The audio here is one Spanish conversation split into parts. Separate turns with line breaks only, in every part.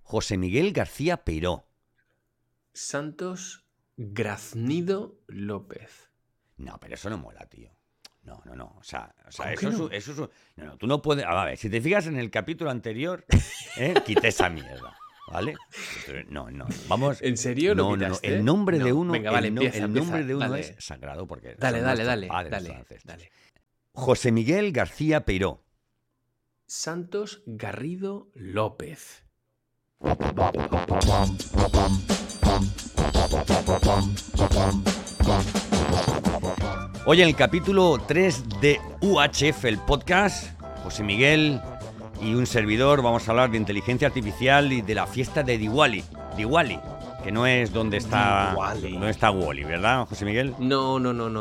José Miguel García Peiró.
Santos Graznido López.
No, pero eso no mola, tío. No. O sea
¿Cómo
eso
que no?
No, tú no puedes. A ver, si te fijas en el capítulo anterior, quité esa mierda, ¿vale? No. Vamos.
¿En serio lo
No.
quitaste?
El nombre de
No.
uno,
Venga, vale, empieza.
el nombre de uno
Dale.
es sagrado porque
Dale,
son
dale,
nuestros padres, nuestros
dale.
ancestros. José Miguel García Peiró.
Santos Garrido López.
Hoy en el capítulo 3 de UHF, el podcast, José Miguel y un servidor vamos a hablar de inteligencia artificial y de la fiesta de Diwali, que no es donde está Wall-E, ¿verdad, José Miguel?
No.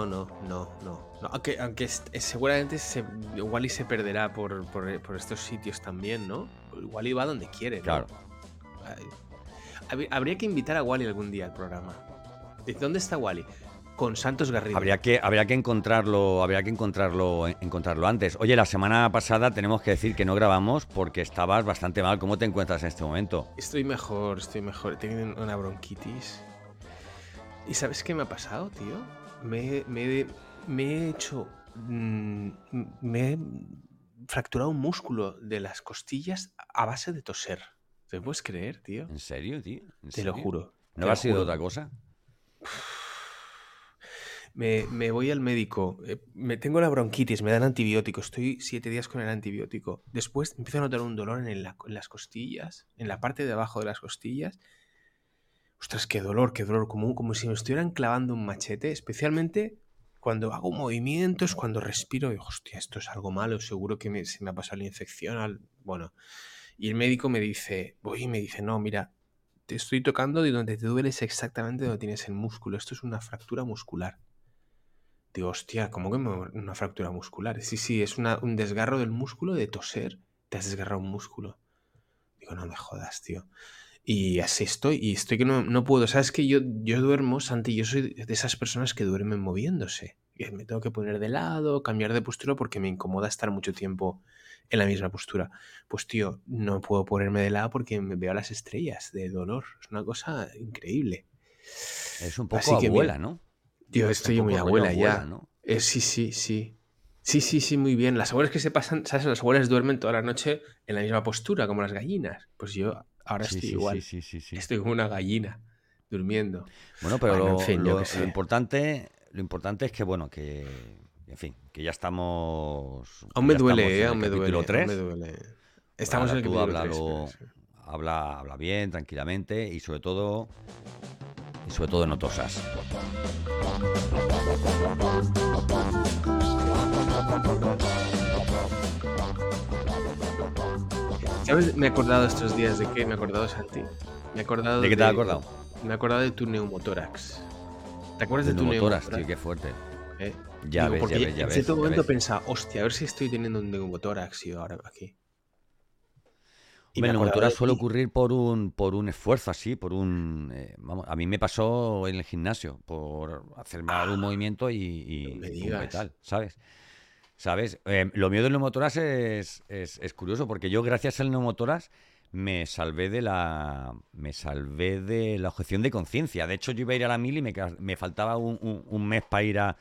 Aunque seguramente Wall-E se perderá por estos sitios también, ¿no? Wall-E va donde quiere, ¿no?
Claro.
Habría que invitar a Wall-E algún día al programa. ¿Dónde está Wall-E? Con Santos Garrido.
Habría que encontrarlo antes. Oye, la semana pasada tenemos que decir que no grabamos porque estabas bastante mal. ¿Cómo te encuentras en este momento?
Estoy mejor. He tenido una bronquitis. ¿Y sabes qué me ha pasado, tío? Me he fracturado un músculo de las costillas a base de toser. ¿Te puedes creer, tío?
¿En serio, tío?
Te lo juro.
¿No ha sido otra cosa?
Me voy al médico, me tengo la bronquitis, me dan antibiótico, estoy 7 días con el antibiótico. Después empiezo a notar un dolor en las costillas, en la parte de abajo de las costillas. Ostras, qué dolor, como si me estuvieran clavando un machete, especialmente cuando hago movimientos, cuando respiro. Digo, hostia, esto es algo malo, seguro que se me ha pasado la infección. Bueno, y el médico me dice, no, mira, te estoy tocando de donde te duele es exactamente donde tienes el músculo. Esto es una fractura muscular. Digo, hostia, ¿cómo que una fractura muscular? Sí, es un desgarro del músculo de toser. Te has desgarrado un músculo. Digo, no me jodas, tío. Y así estoy. Y estoy que no puedo. ¿Sabes que yo duermo, Santi? Yo soy de esas personas que duermen moviéndose. Y me tengo que poner de lado, cambiar de postura porque me incomoda estar mucho tiempo en la misma postura. Pues, tío, no puedo ponerme de lado porque me veo a las estrellas de dolor. Es una cosa increíble.
Es un poco abuela, ¿no?
Tío, estoy muy abuela ya.
¿no?
Sí. Sí, muy bien. Las abuelas que se pasan, ¿sabes? Las abuelas duermen toda la noche en la misma postura, como las gallinas. Pues yo ahora estoy igual.
Sí.
Estoy como una gallina, durmiendo.
Bueno, pero
Bueno, en fin, yo qué
lo
sé.
importante es que, bueno, en fin, que ya estamos...
Aún me duele,
aún me duele. 3.
Aún me duele. Estamos en el
Tú
capítulo 3.
habla bien, tranquilamente y sobre todo no tosas.
¿Sabes? Me he acordado estos días de qué. Me he acordado, Santi. Me he acordado
¿De qué te has acordado?
Me he acordado de tu neumotórax. ¿Te acuerdas de tu
neumotórax? Tío, qué fuerte.
Ya ves. En cierto momento pensaba, hostia, a ver si estoy teniendo un neumotórax yo ahora aquí.
Y el neumotórax suele ocurrir por un esfuerzo así, vamos, a mí me pasó en el gimnasio, por hacer mal un movimiento y tal, ¿sabes? Lo mío del neumotórax es curioso, porque yo gracias al neumotórax me salvé de la objeción de conciencia. De hecho, yo iba a ir a la mili y me faltaba un mes para ir a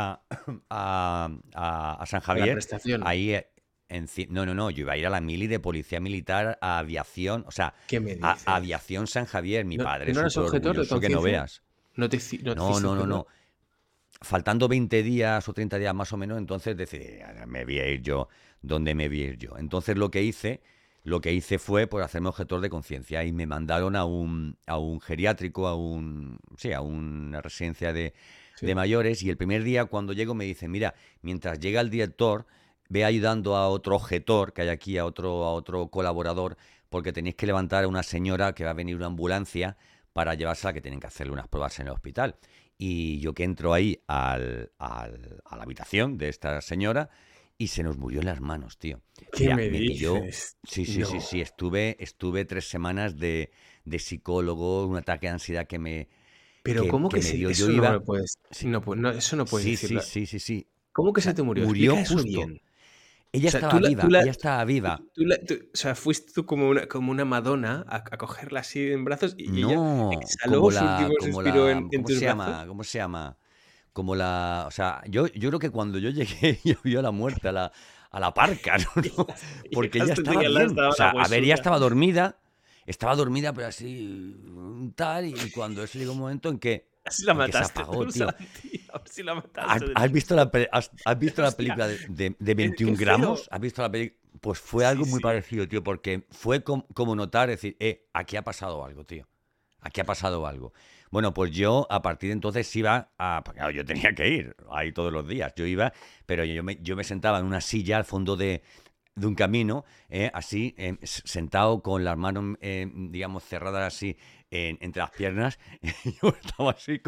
San Javier.
La prestación.
Ahí... No, yo iba a ir a la mili de policía militar, a aviación, o sea, a aviación San Javier. Mi padre es súper orgulloso que no veas. No. Faltando 20 días o 30 días más o menos, entonces decidí, me voy a ir yo, ¿dónde me voy a ir yo? Entonces lo que hice fue pues hacerme objetor de conciencia y me mandaron a un geriátrico, a una residencia de mayores, y el primer día cuando llego me dicen, mira, mientras llega el director, ve ayudando a otro objetor que hay aquí, a otro colaborador, porque tenéis que levantar a una señora que va a venir una ambulancia para llevársela, que tienen que hacerle unas pruebas en el hospital. Y yo que entro ahí a la habitación de esta señora y se nos murió en las manos, tío.
¿Qué me dices?
Sí. Estuve 3 semanas de psicólogo, un ataque de ansiedad que me...
Pero ¿cómo que me dio? Eso no lo puedes... Sí. No, eso no puedes decirlo.
Sí.
¿Cómo que se te murió?
Murió
Explica
justo.
Eso bien.
Ella estaba viva, ella estaba viva.
O sea, fuiste tú como una Madonna a cogerla así en brazos y ella
No,
exhaló su último suspiro en
¿cómo
tus
se
brazos.
llama? ¿Cómo se llama? O sea, yo creo que cuando yo llegué, yo vi a la muerte, a la parca, ¿no? Porque ella
Llegaste tú
estaba
y al lado
bien.
estaba
O
la
sea, a ver, ella
huesuda.
estaba dormida, pero así, tal, y cuando eso llegó un momento
Así la
en que se
mataste
apagó,
tú,
tío.
Santi. Así la mataste del
¿Has visto
susto.
has visto la
Hostia,
película de
qué
21
feo.
gramos? ¿Has visto la película? Pues fue
Sí,
algo muy
sí.
parecido, tío, porque fue como notar, decir, aquí ha pasado algo, tío. Aquí ha pasado algo. Bueno, pues yo a partir de entonces iba a... Porque claro, yo tenía que ir ahí todos los días. Yo iba, pero yo me sentaba en una silla al fondo de un camino, así, sentado con las manos, digamos, cerradas así entre las piernas. Y yo estaba así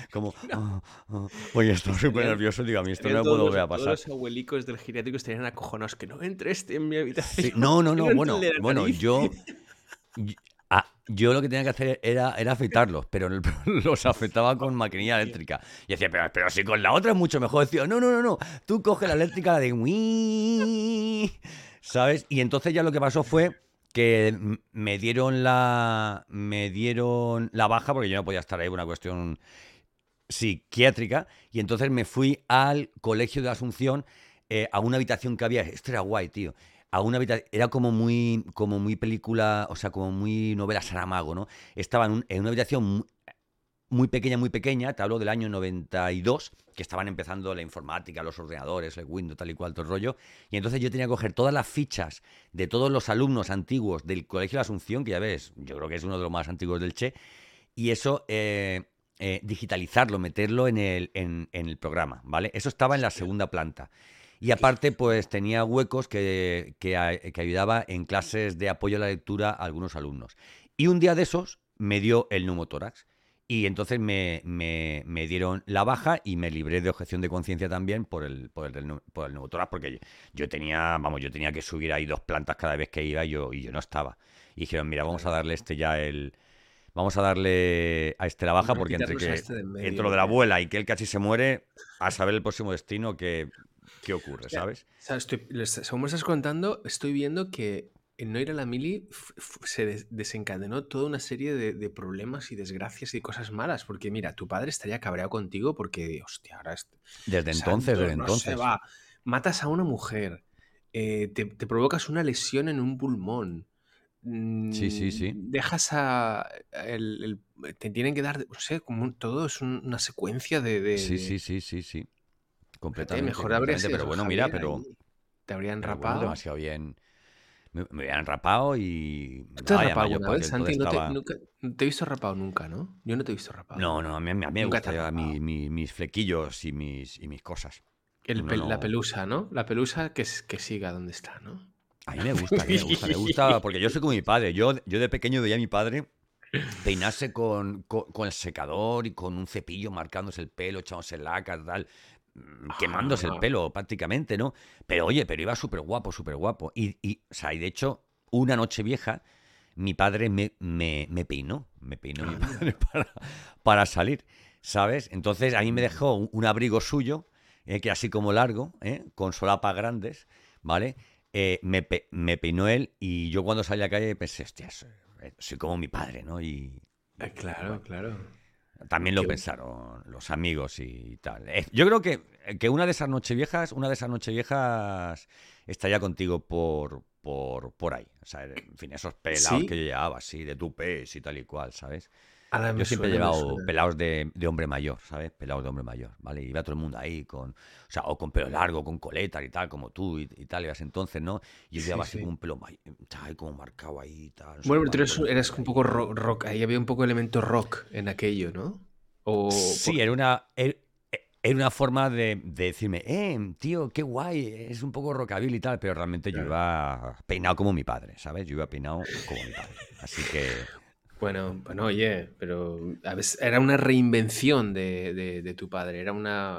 oye, estaba súper
Estarían,
nervioso. Digo, a mí esto no
estarían
me puede volver a
todos
pasar.
los abuelicos del geriátrico estarían acojonados. Que no entre en mi
Sí,
habitación.
no, no,
Que no
no,
entre en la
bueno,
nariz.
y- yo lo que tenía que hacer era afeitarlos, pero los afeitaba con maquinilla
Hostia.
eléctrica. Y decía, pero si con la otra es mucho mejor. Decía, no, no, no, no, tú coge la eléctrica, la de "uii", ¿sabes? Y entonces ya lo que pasó fue que me dieron la baja porque yo no podía estar ahí por una cuestión psiquiátrica. Y entonces me fui al colegio de la Asunción, a una habitación que había. Esto era guay, tío. A una habitación, era como muy película, o sea, como muy novela Saramago, ¿no? Estaba en una habitación muy pequeña, te hablo del año 92, que estaban empezando la informática, los ordenadores, el Windows, tal y cual, todo el rollo. Y entonces yo tenía que coger todas las fichas de todos los alumnos antiguos del Colegio de la Asunción, que ya ves, yo creo que es uno de los más antiguos del Che, y eso, digitalizarlo, meterlo en el programa, ¿vale? Eso estaba en la segunda planta. Y aparte, pues tenía huecos que ayudaba en clases de apoyo a la lectura a algunos alumnos. Y un día de esos me dio el neumotórax. Y entonces me dieron la baja y me libré de objeción de conciencia también por el neumotórax, porque yo tenía que subir ahí 2 plantas cada vez que iba y yo no estaba. Y dijeron, mira, vamos a
Claro.
darle vamos a darle a la baja,
Vamos a
porque
quitarnos a este de en
entre
medio.
lo de la abuela y que él casi se muere, a saber el próximo destino que ocurre,
Hostia,
¿sabes?
o sea, según me estás contando, estoy viendo que en no ir a la mili se desencadenó toda una serie de problemas y desgracias y cosas malas. Porque mira, tu padre estaría cabreado contigo porque, hostia, ahora Santo
Desde
no se
entonces.
va. Matas a una mujer, te provocas una lesión en un pulmón,
Sí, sí, sí.
dejas te tienen que dar, no sé, todo es una secuencia
Sí, sí, sí, sí, sí.
Fíjate,
Completamente,
mejor habría
completamente. Pero
sido
bueno, mira,
Javier ahí. Te habrían
pero bueno,
rapado.
demasiado bien. Me habían rapado y
¿Tú te has
nada, y
rapado
además yo
alguna
para
vez,
aquel entonces
Santi?
estí
No te he visto rapado nunca, ¿no? Yo no te he visto rapado
No, no,
nunca.
a mí me
Nunca te
gusta
has
llevar
rapado.
mis flequillos y mis cosas. Uno
La
no...
pelusa, ¿no? La pelusa que siga donde está, ¿no?
A mí me gusta, porque yo soy como mi padre. Yo de pequeño veía a mi padre peinarse con el secador y con un cepillo marcándose el pelo, echándose laca, tal, quemándose el
Ah,
pelo prácticamente, ¿no? Pero oye, pero iba súper guapo, súper guapo. O sea, y de hecho, una noche vieja, mi padre me peinó. Me peinó mi
anda.
padre para salir, ¿sabes? Entonces a mí me dejó un abrigo suyo, que así como largo, con solapas grandes, ¿vale? Me peinó él y yo cuando salí a la calle pensé, hostia, soy como mi padre, ¿no? Y
Claro,
bueno,
claro.
también lo
Qué,
pensaron los amigos y tal. Yo creo que una de esas nocheviejas estaría contigo por ahí. O sea, en fin, esos pelados que
sí,
yo llevaba, así, de tupés y tal y cual, ¿sabes?
ahora
Yo
me
siempre he
suena, me
llevado
suena.
pelados de hombre mayor, ¿sabes? Pelados de hombre mayor, ¿vale? Y iba todo el mundo ahí o sea, o con pelo largo, con coletas y tal, como tú y tal, ibas entonces, ¿no? Y yo
Sí,
llevaba así como
sí.
un pelo, ahí como marcado ahí y tal, no sé
Bueno, pero tú
cuánto, y
eres
iba
un poco
ahí.
rock, ahí había un poco de elemento rock en aquello, ¿no? O
Sí,
porque,
era una forma de decirme, tío, qué guay, es un poco rockabilly y tal, pero realmente yo
claro.
iba peinado como mi padre, ¿sabes? Yo iba peinado como mi padre. Así que,
Bueno, oye, pero a veces era una reinvención de tu padre, era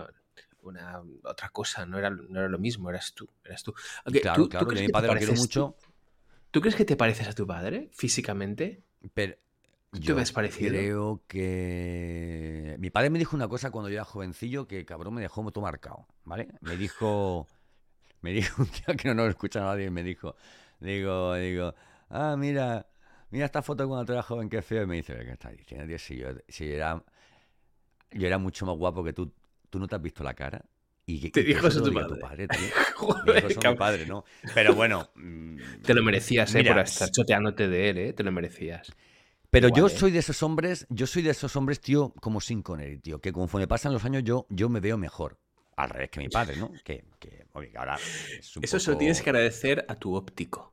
una otra cosa, no era lo mismo, eras tú. Ok,
claro,
¿tú
claro, yo
crees
a mi
que te
padre lo quiero
pareces,
mucho,
tú crees que te pareces a tu padre físicamente?
pero
¿Tú te
yo
ves parecido?
creo que... Mi padre me dijo una cosa cuando yo era jovencillo que, cabrón, me dejó todo marcado, ¿vale? Me dijo, Me dijo un tío que no nos escucha nadie, me dijo, digo, mira esta foto cuando era joven, qué feo. Y me dice, ¿qué estás diciendo, tío? Yo era mucho más guapo que tú. ¿Tú no te has visto la cara?
Te dijo eso
tu padre, tío. Me dijo eso mi padre, ¿no? Pero bueno.
Te lo merecías,
mira,
por estar choteándote de él, te lo merecías.
Pero igual, yo soy de esos hombres, tío, como Sean Connery, tío, que conforme pasan los años yo me veo mejor. Al revés que mi padre, ¿no? Que ahora es un
Eso se lo tienes que agradecer a tu óptico.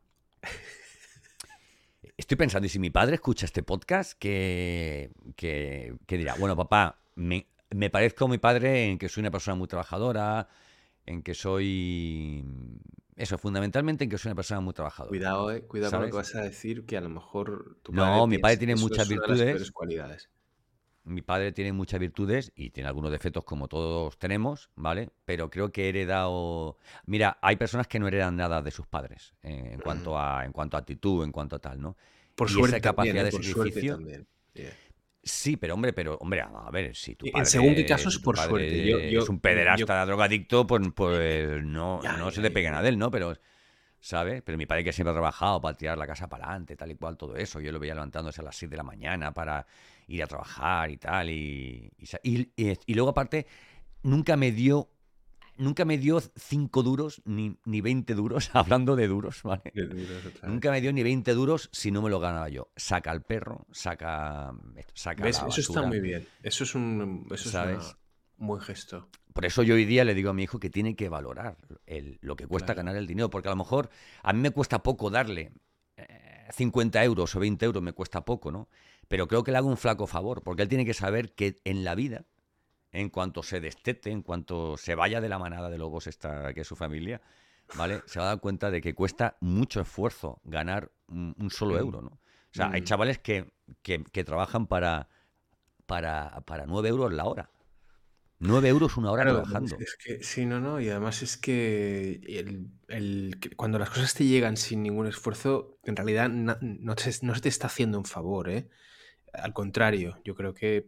Estoy pensando, y si mi padre escucha este podcast, que dirá, bueno, papá, me parezco a mi padre en que soy una persona muy trabajadora, en que soy... Eso, fundamentalmente en que soy una persona muy trabajadora.
Cuidado con lo que vas a decir, que a lo mejor
tu padre... No, mi padre tiene muchas virtudes.
Una de las peores cualidades.
Mi padre tiene muchas virtudes y tiene algunos defectos como todos tenemos, ¿vale? Pero creo que he heredado... Mira, hay personas que no heredan nada de sus padres en cuanto a actitud, en cuanto a tal, ¿no?
Por suerte esa capacidad de sacrificio...
Sí, pero hombre, a ver, si tu padre...
En según qué casos, por suerte.
Es un pederasta drogadicto, pues no se le peguen a él, ¿no? Pero... ¿sabes? Pero mi padre, que siempre ha trabajado para tirar la casa para adelante, tal y cual, todo eso. Yo lo veía levantándose a las 6 de la mañana para ir a trabajar y tal. Y luego, aparte, nunca me dio 5 duros ni 20 duros, hablando de duros, ¿vale? Nunca me dio ni 20 duros si no me lo ganaba yo. Saca al perro, saca
¿ves?
la basura.
Eso está muy bien. Eso es un buen gesto.
Por eso yo hoy día le digo a mi hijo que tiene que valorar lo que cuesta ganar el dinero, porque a lo mejor a mí me cuesta poco darle 50 euros o 20 euros, me cuesta poco, ¿no? Pero creo que le hago un flaco favor, porque él tiene que saber que en la vida, en cuanto se destete, en cuanto se vaya de la manada de lobos que es su familia, ¿vale? Se va a dar cuenta de que cuesta mucho esfuerzo ganar un solo euro, ¿no? O sea, hay chavales que trabajan para 9 euros la hora. 9 euros una hora trabajando.
Es que, sí, no. Y además es que cuando las cosas te llegan sin ningún esfuerzo, en realidad no se te está haciendo un favor, ¿eh? Al contrario, yo creo que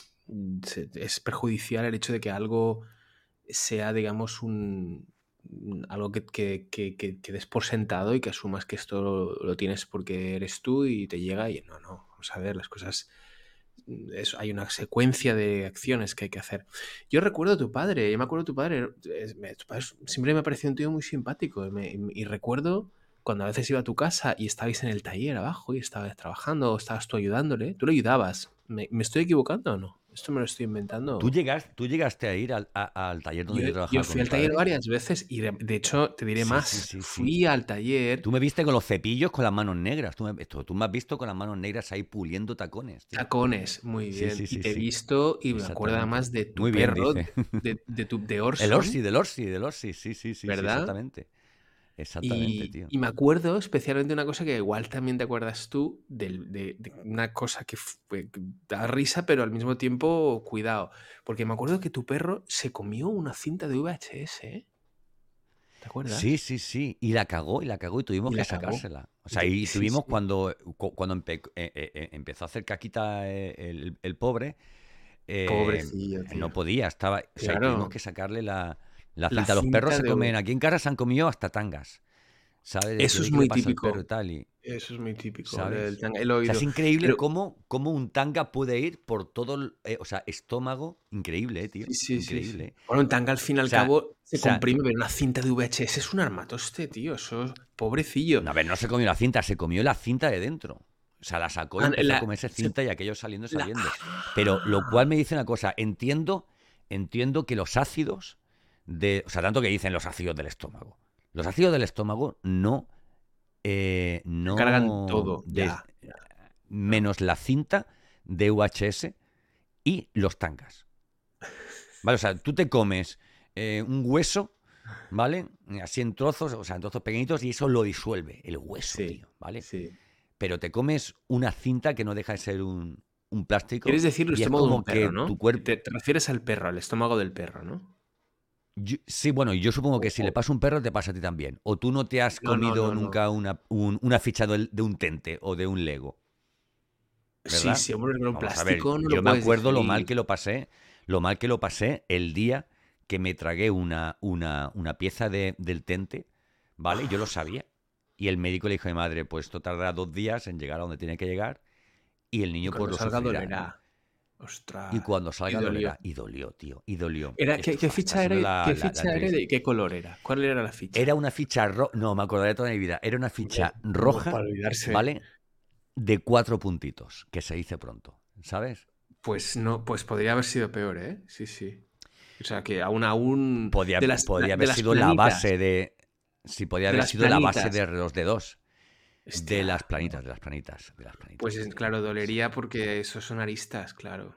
es perjudicial el hecho de que algo sea, digamos, algo que des por sentado y que asumas que esto lo tienes porque eres tú y te llega y no, vamos a ver, las cosas... hay una secuencia de acciones que hay que hacer. Yo recuerdo a tu padre, tu padre siempre me pareció un tío muy simpático y recuerdo cuando a veces iba a tu casa y estabais en el taller abajo y estabas trabajando o estabas tú ayudándole, tú le ayudabas. ¿Me estoy equivocando o no? ¿Esto me lo estoy inventando?
¿Tú llegaste a ir al taller donde yo trabajaba?
Yo fui al taller varias veces y de hecho te diré más. Fui al taller.
Tú me viste con los cepillos con las manos negras. Tú me has visto con las manos negras ahí puliendo tacones. Tío.
Tacones, muy bien. Y te he visto y me acuerdo además de tu perro, de Orson.
Del Orsi, sí.
¿Verdad?
Exactamente. Exactamente, tío.
Y me acuerdo especialmente una cosa que igual también te acuerdas tú, de una cosa que da risa, pero al mismo tiempo cuidado. Porque me acuerdo que tu perro se comió una cinta de VHS, ¿eh? ¿Te acuerdas?
Sí. Y la cagó y tuvimos que sacársela. O sea, y tuvimos cuando empezó a hacer caquita el pobre.
Pobrecillo, tío.
No podía, estaba. O sea, tuvimos que sacarle la cinta. Los perros se comen. Aquí en casa se han comido hasta tangas. ¿Sabes?
Eso es muy típico.
Eso
es muy típico.
¿Sabes? O sea, es increíble cómo un tanga puede ir por todo el estómago. Increíble, tío. Increíble.
Sí. Bueno, un tanga al fin y al cabo se comprime, pero una cinta de VHS es un armatoste, tío. Eso, pobrecillo.
No, a ver, no se comió la cinta, se comió la cinta de dentro. O sea, la sacó y empezó a comerse cinta y aquello saliendo. Pero lo cual me dice una cosa. Entiendo que los ácidos o sea, tanto que dicen los ácidos del estómago. Los ácidos del estómago no
cargan todo.
Menos la cinta de VHS y los tangas. ¿Vale? O sea, tú te comes un hueso, ¿vale? Así en trozos, o sea, en trozos pequeñitos y eso lo disuelve, el hueso, tío, ¿vale?
Sí.
Pero te comes una cinta que no deja de ser un plástico.
¿Quieres decir el estómago de un perro, no? Tu cuerpo... Te refieres al perro, al estómago del perro, ¿no?
Sí, bueno, yo supongo que si le pasa un perro te pasa a ti también. O tú no te has comido nunca una ficha de un Tente o de un Lego. ¿verdad?
Sí, hombre, pero plástico no
yo me acuerdo lo mal que lo pasé el día que me tragué una pieza del tente, ¿vale? Yo lo sabía. Y el médico le dijo a mi madre, pues esto tardará 2 días en llegar a donde tiene que llegar y el niño pues lo sufrirá, ¿no?
Ostras.
Y cuando salga dolerá. Y dolió, tío. Y dolió.
¿Qué ficha era? ¿De qué color era? ¿Cuál era la ficha?
Era una ficha roja. No, me acordaré toda mi vida. Era una ficha roja,
para olvidarse.
¿vale? De 4 puntitos, que se dice pronto, ¿sabes?
Pues no, pues podría haber sido peor, ¿eh? Sí, sí. O sea, que aún
podía haber sido la base de... Sí, podía haber sido la base de los dedos. Hostia, de las planitas.
Pues claro, dolería porque esos son aristas, claro.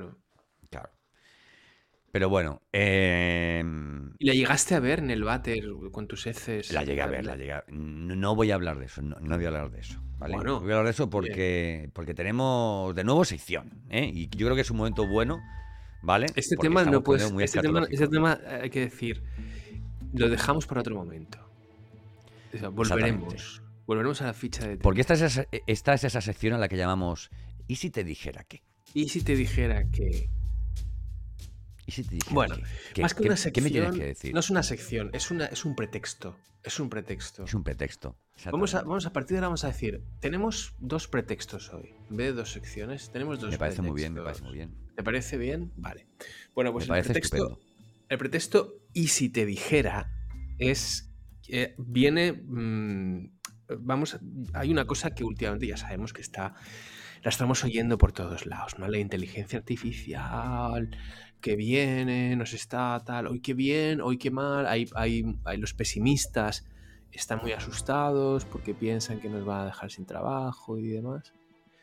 Pero bueno.
¿Y la llegaste a ver en el váter con tus heces?
La llegué a ver. No voy a hablar de eso, no voy a hablar de eso, ¿vale?
Bueno,
no voy a hablar de eso porque tenemos de nuevo sección, ¿eh? Y yo creo que es un momento bueno, ¿vale?
Este tema no puede... Este tema, hay que decir, lo dejamos para otro momento. O sea, volveremos a la ficha de...
Porque esta es esa sección a la que llamamos ¿y si te dijera qué?
¿Y si te dijera que...? Bueno, más que una sección,
¿qué me tienes que decir?
No es una sección, es un pretexto.
Es un pretexto.
Vamos a partir de ahora vamos a decir, tenemos 2 pretextos hoy. En vez de 2 secciones, tenemos 2
me parece
pretextos.
Me parece muy bien.
¿Te parece bien? Vale. Bueno, pues
estupendo.
El pretexto ¿y si te dijera? Viene... hay una cosa que últimamente ya sabemos que la estamos oyendo por todos lados, ¿no? La inteligencia artificial que viene, nos está tal, hoy qué bien, hoy qué mal. Hay los pesimistas están muy asustados porque piensan que nos va a dejar sin trabajo y demás.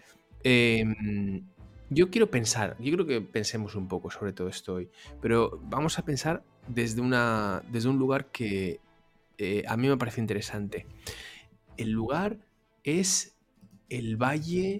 Yo quiero que pensemos un poco sobre todo esto hoy, pero vamos a pensar desde un lugar que a mí me parece interesante. El lugar es el Valle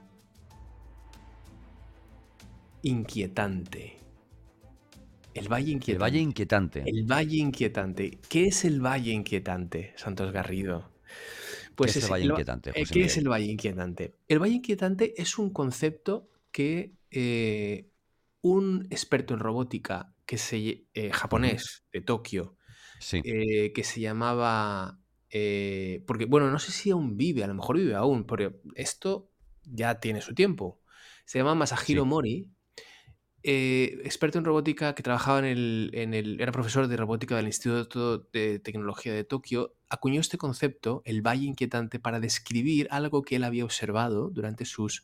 Inquietante. El Valle Inquietante. ¿Qué es el Valle Inquietante, Santos Garrido?
Pues ¿qué es el Valle Inquietante, José
Miguel? ¿Qué es el Valle Inquietante? El Valle Inquietante es un concepto que un experto en robótica japonés de Tokio,
sí.
Que se llamaba... porque, bueno, no sé si aún vive, a lo mejor vive aún, pero esto ya tiene su tiempo. Se llama Masahiro Mori, experto en robótica que trabajaba era profesor de robótica del Instituto de Tecnología de Tokio. Acuñó este concepto, el Valle Inquietante, para describir algo que él había observado durante sus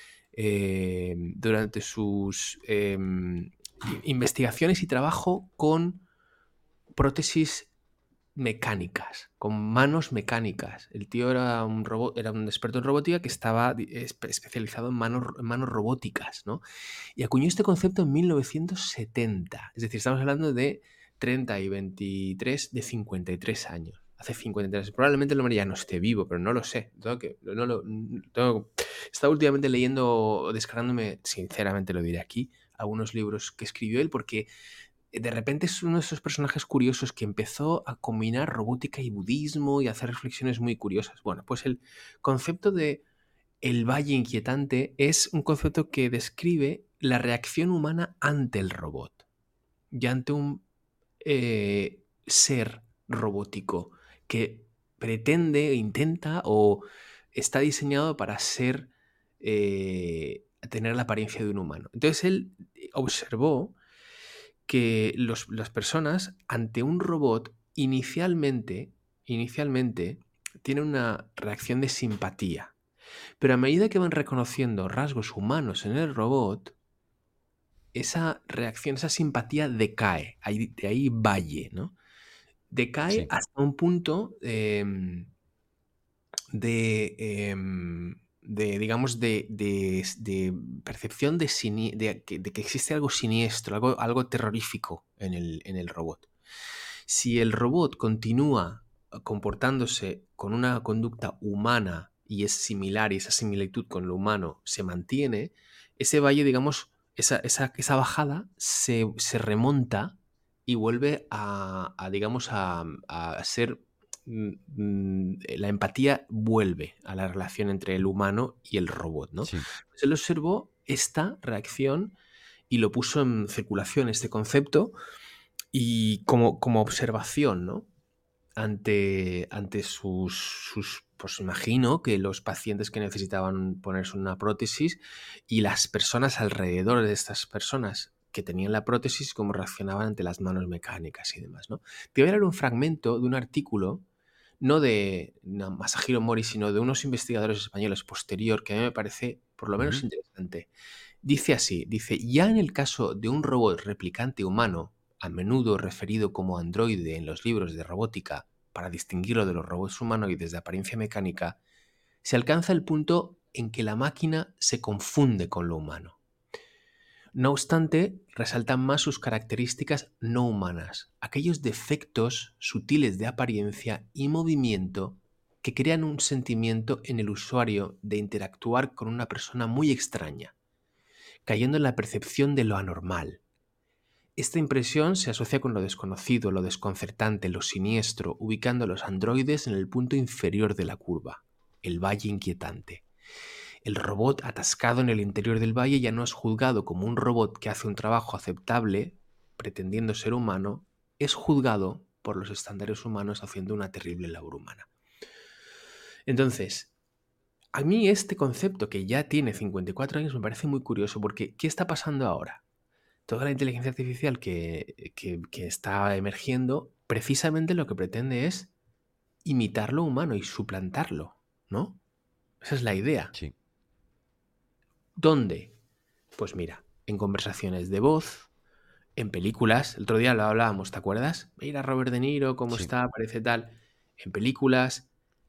investigaciones y trabajo con prótesis mecánicas, con manos mecánicas. El tío era un experto en robótica que estaba especializado en manos robóticas, ¿no? Y acuñó este concepto en 1970. Es decir, estamos hablando de 30 y 23, de 53 años. Hace 53. Probablemente el hombre ya no esté vivo, pero no lo sé. He estado últimamente leyendo, descargándome, sinceramente lo diré aquí, algunos libros que escribió él, porque de repente es uno de esos personajes curiosos que empezó a combinar robótica y budismo y a hacer reflexiones muy curiosas. Bueno, pues el concepto de el Valle Inquietante es un concepto que describe la reacción humana ante el robot y ante un ser robótico que pretende, intenta o está diseñado para tener la apariencia de un humano. Entonces él observó que las personas ante un robot inicialmente tienen una reacción de simpatía, pero a medida que van reconociendo rasgos humanos en el robot, esa reacción, esa simpatía decae, de ahí Valle, ¿no? Decae hasta un punto digamos, de percepción de que existe algo siniestro, algo terrorífico en el robot. Si el robot continúa comportándose con una conducta humana y es similar y esa similitud con lo humano se mantiene, ese valle, digamos, esa bajada se remonta y vuelve digamos, a ser... la empatía vuelve a la relación entre el humano y el robot, ¿no?
Sí.
Pues él observó esta reacción y lo puso en circulación, este concepto, Y como observación, ¿no? Ante pues imagino que los pacientes que necesitaban ponerse una prótesis y las personas alrededor de estas personas que tenían la prótesis, cómo reaccionaban ante las manos mecánicas y demás, ¿no? Te voy a leer un fragmento de un artículo, no de Masahiro Mori, sino de unos investigadores españoles posterior, que a mí me parece por lo menos interesante. Dice así, ya en el caso de un robot replicante humano, a menudo referido como androide en los libros de robótica, para distinguirlo de los robots humanoides de apariencia mecánica, se alcanza el punto en que la máquina se confunde con lo humano. No obstante, resaltan más sus características no humanas, aquellos defectos sutiles de apariencia y movimiento que crean un sentimiento en el usuario de interactuar con una persona muy extraña, cayendo en la percepción de lo anormal. Esta impresión se asocia con lo desconocido, lo desconcertante, lo siniestro, ubicando a los androides en el punto inferior de la curva, el valle inquietante. El robot atascado en el interior del valle ya no es juzgado como un robot que hace un trabajo aceptable, pretendiendo ser humano, es juzgado por los estándares humanos haciendo una terrible labor humana. Entonces, a mí este concepto, que ya tiene 54 años, me parece muy curioso, porque ¿qué está pasando ahora? Toda la inteligencia artificial que está emergiendo, precisamente lo que pretende es imitar lo humano y suplantarlo, ¿no? Esa es la idea.
Sí.
¿Dónde? Pues mira, en conversaciones de voz, en películas. El otro día lo hablábamos, ¿te acuerdas? Mira Robert De Niro, cómo está, parece tal. En películas,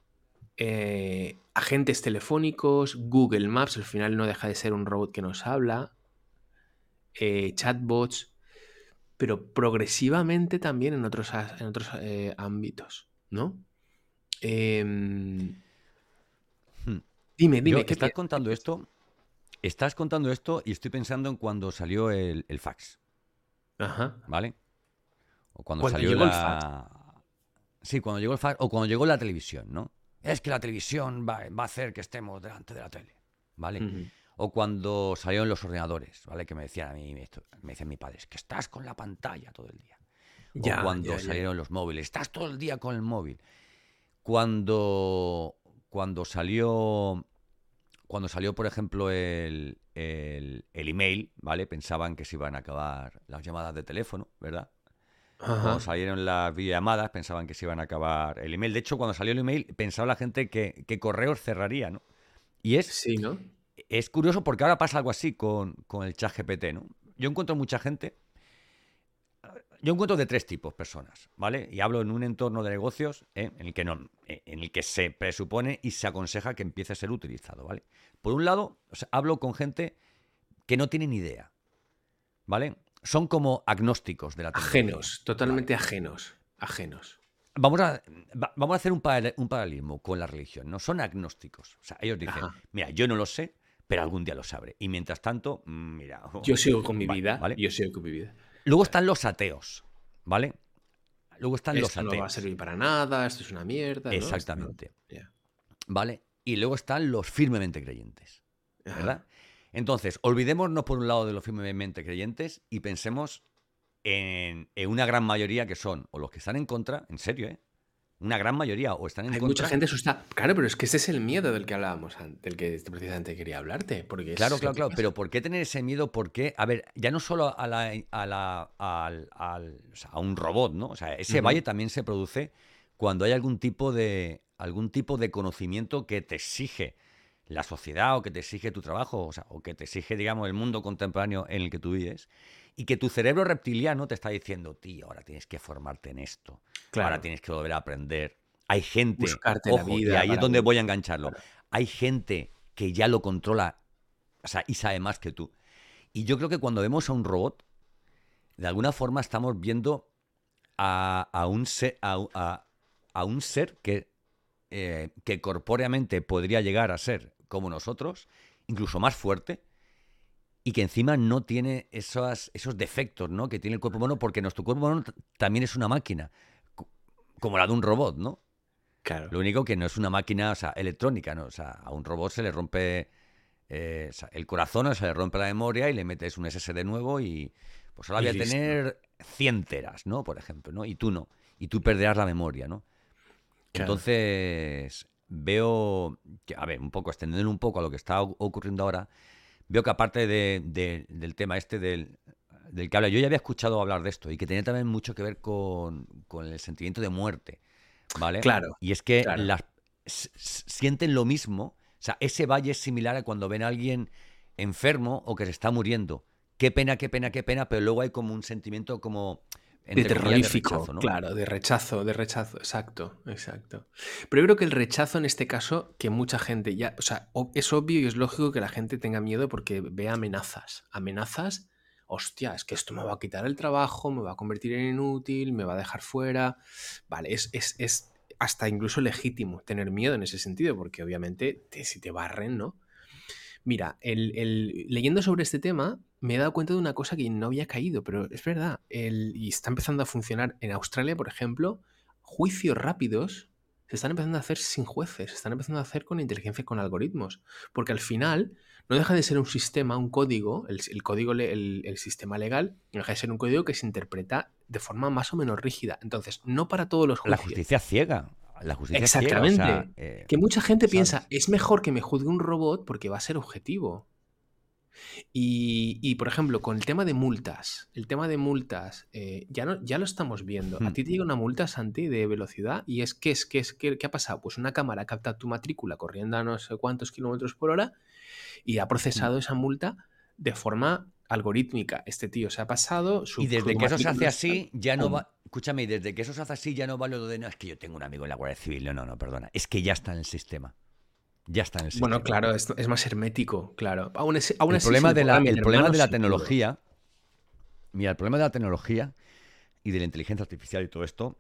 agentes telefónicos, Google Maps, al final no deja de ser un robot que nos habla, chatbots, pero progresivamente también en otros ámbitos, ¿no? Dime, ¿qué
Estás contando esto y estoy pensando en cuando salió el fax.
Ajá.
¿Vale? O cuando
¿Cuándo
salió
llegó el fax?
Sí, cuando llegó el fax o cuando llegó la televisión, ¿no? Es que la televisión va a hacer que estemos delante de la tele, ¿vale?
Uh-huh.
O cuando salieron los ordenadores, ¿vale? Que me decían a mí, me decían mis padres, que estás con la pantalla todo el día. O cuando salieron los móviles, estás todo el día con el móvil. Cuando salió, por ejemplo, el email, ¿vale? Pensaban que se iban a acabar las llamadas de teléfono, ¿verdad?
Ajá.
Cuando salieron las videollamadas pensaban que se iban a acabar el email. De hecho, cuando salió el email pensaba la gente que correos cerraría, ¿no? Y
sí, ¿no?
Es curioso porque ahora pasa algo así con el ChatGPT, ¿no? Yo encuentro mucha gente... Yo encuentro de tres tipos personas, ¿vale? Y hablo en un entorno de negocios en el que se presupone y se aconseja que empiece a ser utilizado, ¿vale? Por un lado, hablo con gente que no tiene ni idea, ¿vale? Son como agnósticos de la tecnología.
Ajenos, totalmente ¿vale? Ajenos.
Vamos a hacer un paralelismo con la religión, ¿no? Son agnósticos. O sea, ellos dicen, mira, yo no lo sé, pero algún día lo sabré. Y mientras tanto, mira...
yo sigo con mi vida,
¿vale?
Yo sigo con mi vida.
Luego están los ateos, ¿vale? Luego están los ateos.
Esto no va a servir para nada, esto es una mierda,
exactamente,
¿no? Yeah.
¿Vale? Y luego están los firmemente creyentes, ¿verdad? Entonces, olvidémonos por un lado de los firmemente creyentes y pensemos en una gran mayoría que son o los que están en contra, en serio, ¿eh? Una gran mayoría o están en contra.
Hay mucha gente asusta. Claro, pero es que ese es el miedo del que hablábamos, del que precisamente quería hablarte. Porque
claro. Pero ¿por qué tener ese miedo? Porque, a ver, ya no solo a un robot, ¿no? O sea, ese valle también se produce cuando hay algún tipo de conocimiento que te exige la sociedad o que te exige tu trabajo, o que te exige, digamos, el mundo contemporáneo en el que tú vives. Y que tu cerebro reptiliano te está diciendo, tío, ahora tienes que formarte en esto. Claro. Ahora tienes que volver a aprender. Hay gente,
buscarte
ojo,
la vida,
y ahí es donde voy a engancharlo.
Claro.
Hay gente que ya lo controla, y sabe más que tú. Y yo creo que cuando vemos a un robot, de alguna forma estamos viendo a un ser que corpóreamente podría llegar a ser como nosotros, incluso más fuerte, y que encima no tiene esos defectos, ¿no? Que tiene el cuerpo humano, porque nuestro cuerpo humano también es una máquina, como la de un robot, ¿no?
Claro.
Lo único que no es una máquina, electrónica, ¿no? O sea, a un robot se le rompe el corazón, se le rompe la memoria y le metes un SSD nuevo y pues ahora voy a tener 100 teras, ¿no? Por ejemplo, ¿no? Y tú no. Y tú perderás la memoria, ¿no? Claro. Entonces, veo que, a ver, un poco, extendiendo un poco a lo que está ocurriendo ahora, veo que aparte del tema este del que habla, yo ya había escuchado hablar de esto y que tenía también mucho que ver con el sentimiento de muerte, ¿vale?
Claro.
Y es que sienten lo mismo. O sea, ese valle es similar a cuando ven a alguien enfermo o que se está muriendo. Qué pena, qué pena, qué pena, pero luego hay como un sentimiento como...
de terrorífico, de rechazo, ¿no? Claro, de rechazo, exacto. Pero yo creo que el rechazo en este caso, que mucha gente ya, o sea, es obvio y es lógico que la gente tenga miedo porque ve amenazas, hostia, es que esto me va a quitar el trabajo, me va a convertir en inútil, me va a dejar fuera, vale, es hasta incluso legítimo tener miedo en ese sentido, porque obviamente si te barren, ¿no? Mira, leyendo sobre este tema, me he dado cuenta de una cosa que no había caído, pero es verdad. Y está empezando a funcionar en Australia, por ejemplo, juicios rápidos se están empezando a hacer sin jueces, se están empezando a hacer con inteligencia, con algoritmos. Porque al final no deja de ser un sistema, un código, el sistema legal, no deja de ser un código que se interpreta de forma más o menos rígida. Entonces, no para todos los juicios.
La justicia ciega. La justicia
exactamente.
Ciega, o sea,
que mucha gente piensa, es mejor que me juzgue un robot porque va a ser objetivo. Y por ejemplo, con el tema de multas, ya lo estamos viendo. A ti te llega una multa, Santi, de velocidad y ¿qué ha pasado? Pues una cámara ha captado tu matrícula corriendo a no sé cuántos kilómetros por hora y ha procesado esa multa de forma algorítmica. Este tío se ha pasado...
y desde que eso se hace así, ya no va... Escúchame, y desde que eso se hace así, ya no vale lo de... No, es que yo tengo un amigo en la Guardia Civil. No, perdona. Es que ya está en el sistema. Ya está en el sistema.
Bueno, claro, es más hermético, claro. Aún así,
el problema de la tecnología... Mira, el problema de la tecnología y de la inteligencia artificial y todo esto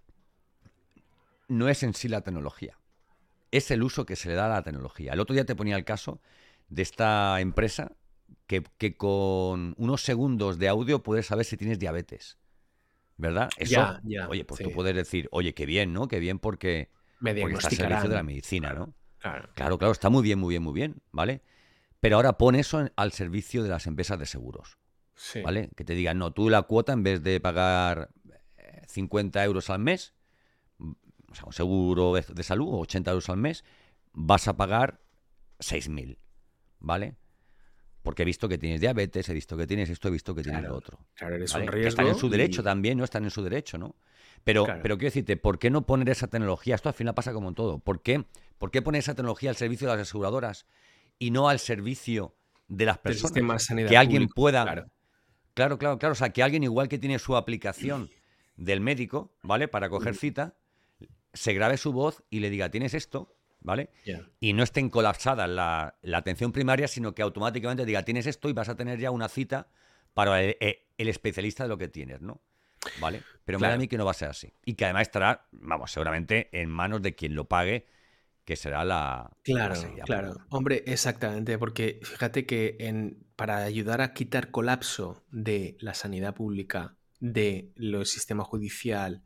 no es en sí la tecnología. Es el uso que se le da a la tecnología. El otro día te ponía el caso de esta empresa que con unos segundos de audio puedes saber si tienes diabetes. ¿Verdad? Eso, oye, pues sí. Tú puedes decir, oye, qué bien, ¿no? Qué bien porque está al servicio de la medicina, ¿no? Claro, está muy bien, ¿vale? Pero ahora pon eso al servicio de las empresas de seguros, ¿vale? Que te digan, no, tú la cuota en vez de pagar 50 euros al mes, o sea, un seguro de salud, 80 euros al mes, vas a pagar 6.000, ¿vale? Porque he visto que tienes diabetes, he visto que tienes esto, he visto que tienes lo otro.
Claro, eres
¿vale?
un riesgo.
Están en su derecho también, ¿no? Están en su derecho, ¿no? Pero quiero decirte, ¿por qué no poner esa tecnología? Esto al final pasa como en todo. ¿Por qué poner esa tecnología al servicio de las aseguradoras y no al servicio de las personas?
Del sistema de sanidad
que alguien
público,
pueda... Claro. O sea, que alguien igual que tiene su aplicación del médico, ¿vale? Para coger cita, se grabe su voz y le diga, ¿tienes esto? ¿Vale? Y no estén colapsadas la atención primaria, sino que automáticamente diga, tienes esto y vas a tener ya una cita para el especialista de lo que tienes, ¿no? ¿Vale? Pero me da a mí que no va a ser así. Y que además estará, seguramente en manos de quien lo pague, que será la...
Claro. Hombre, exactamente, porque fíjate que para ayudar a quitar colapso de la sanidad pública, del sistema judicial,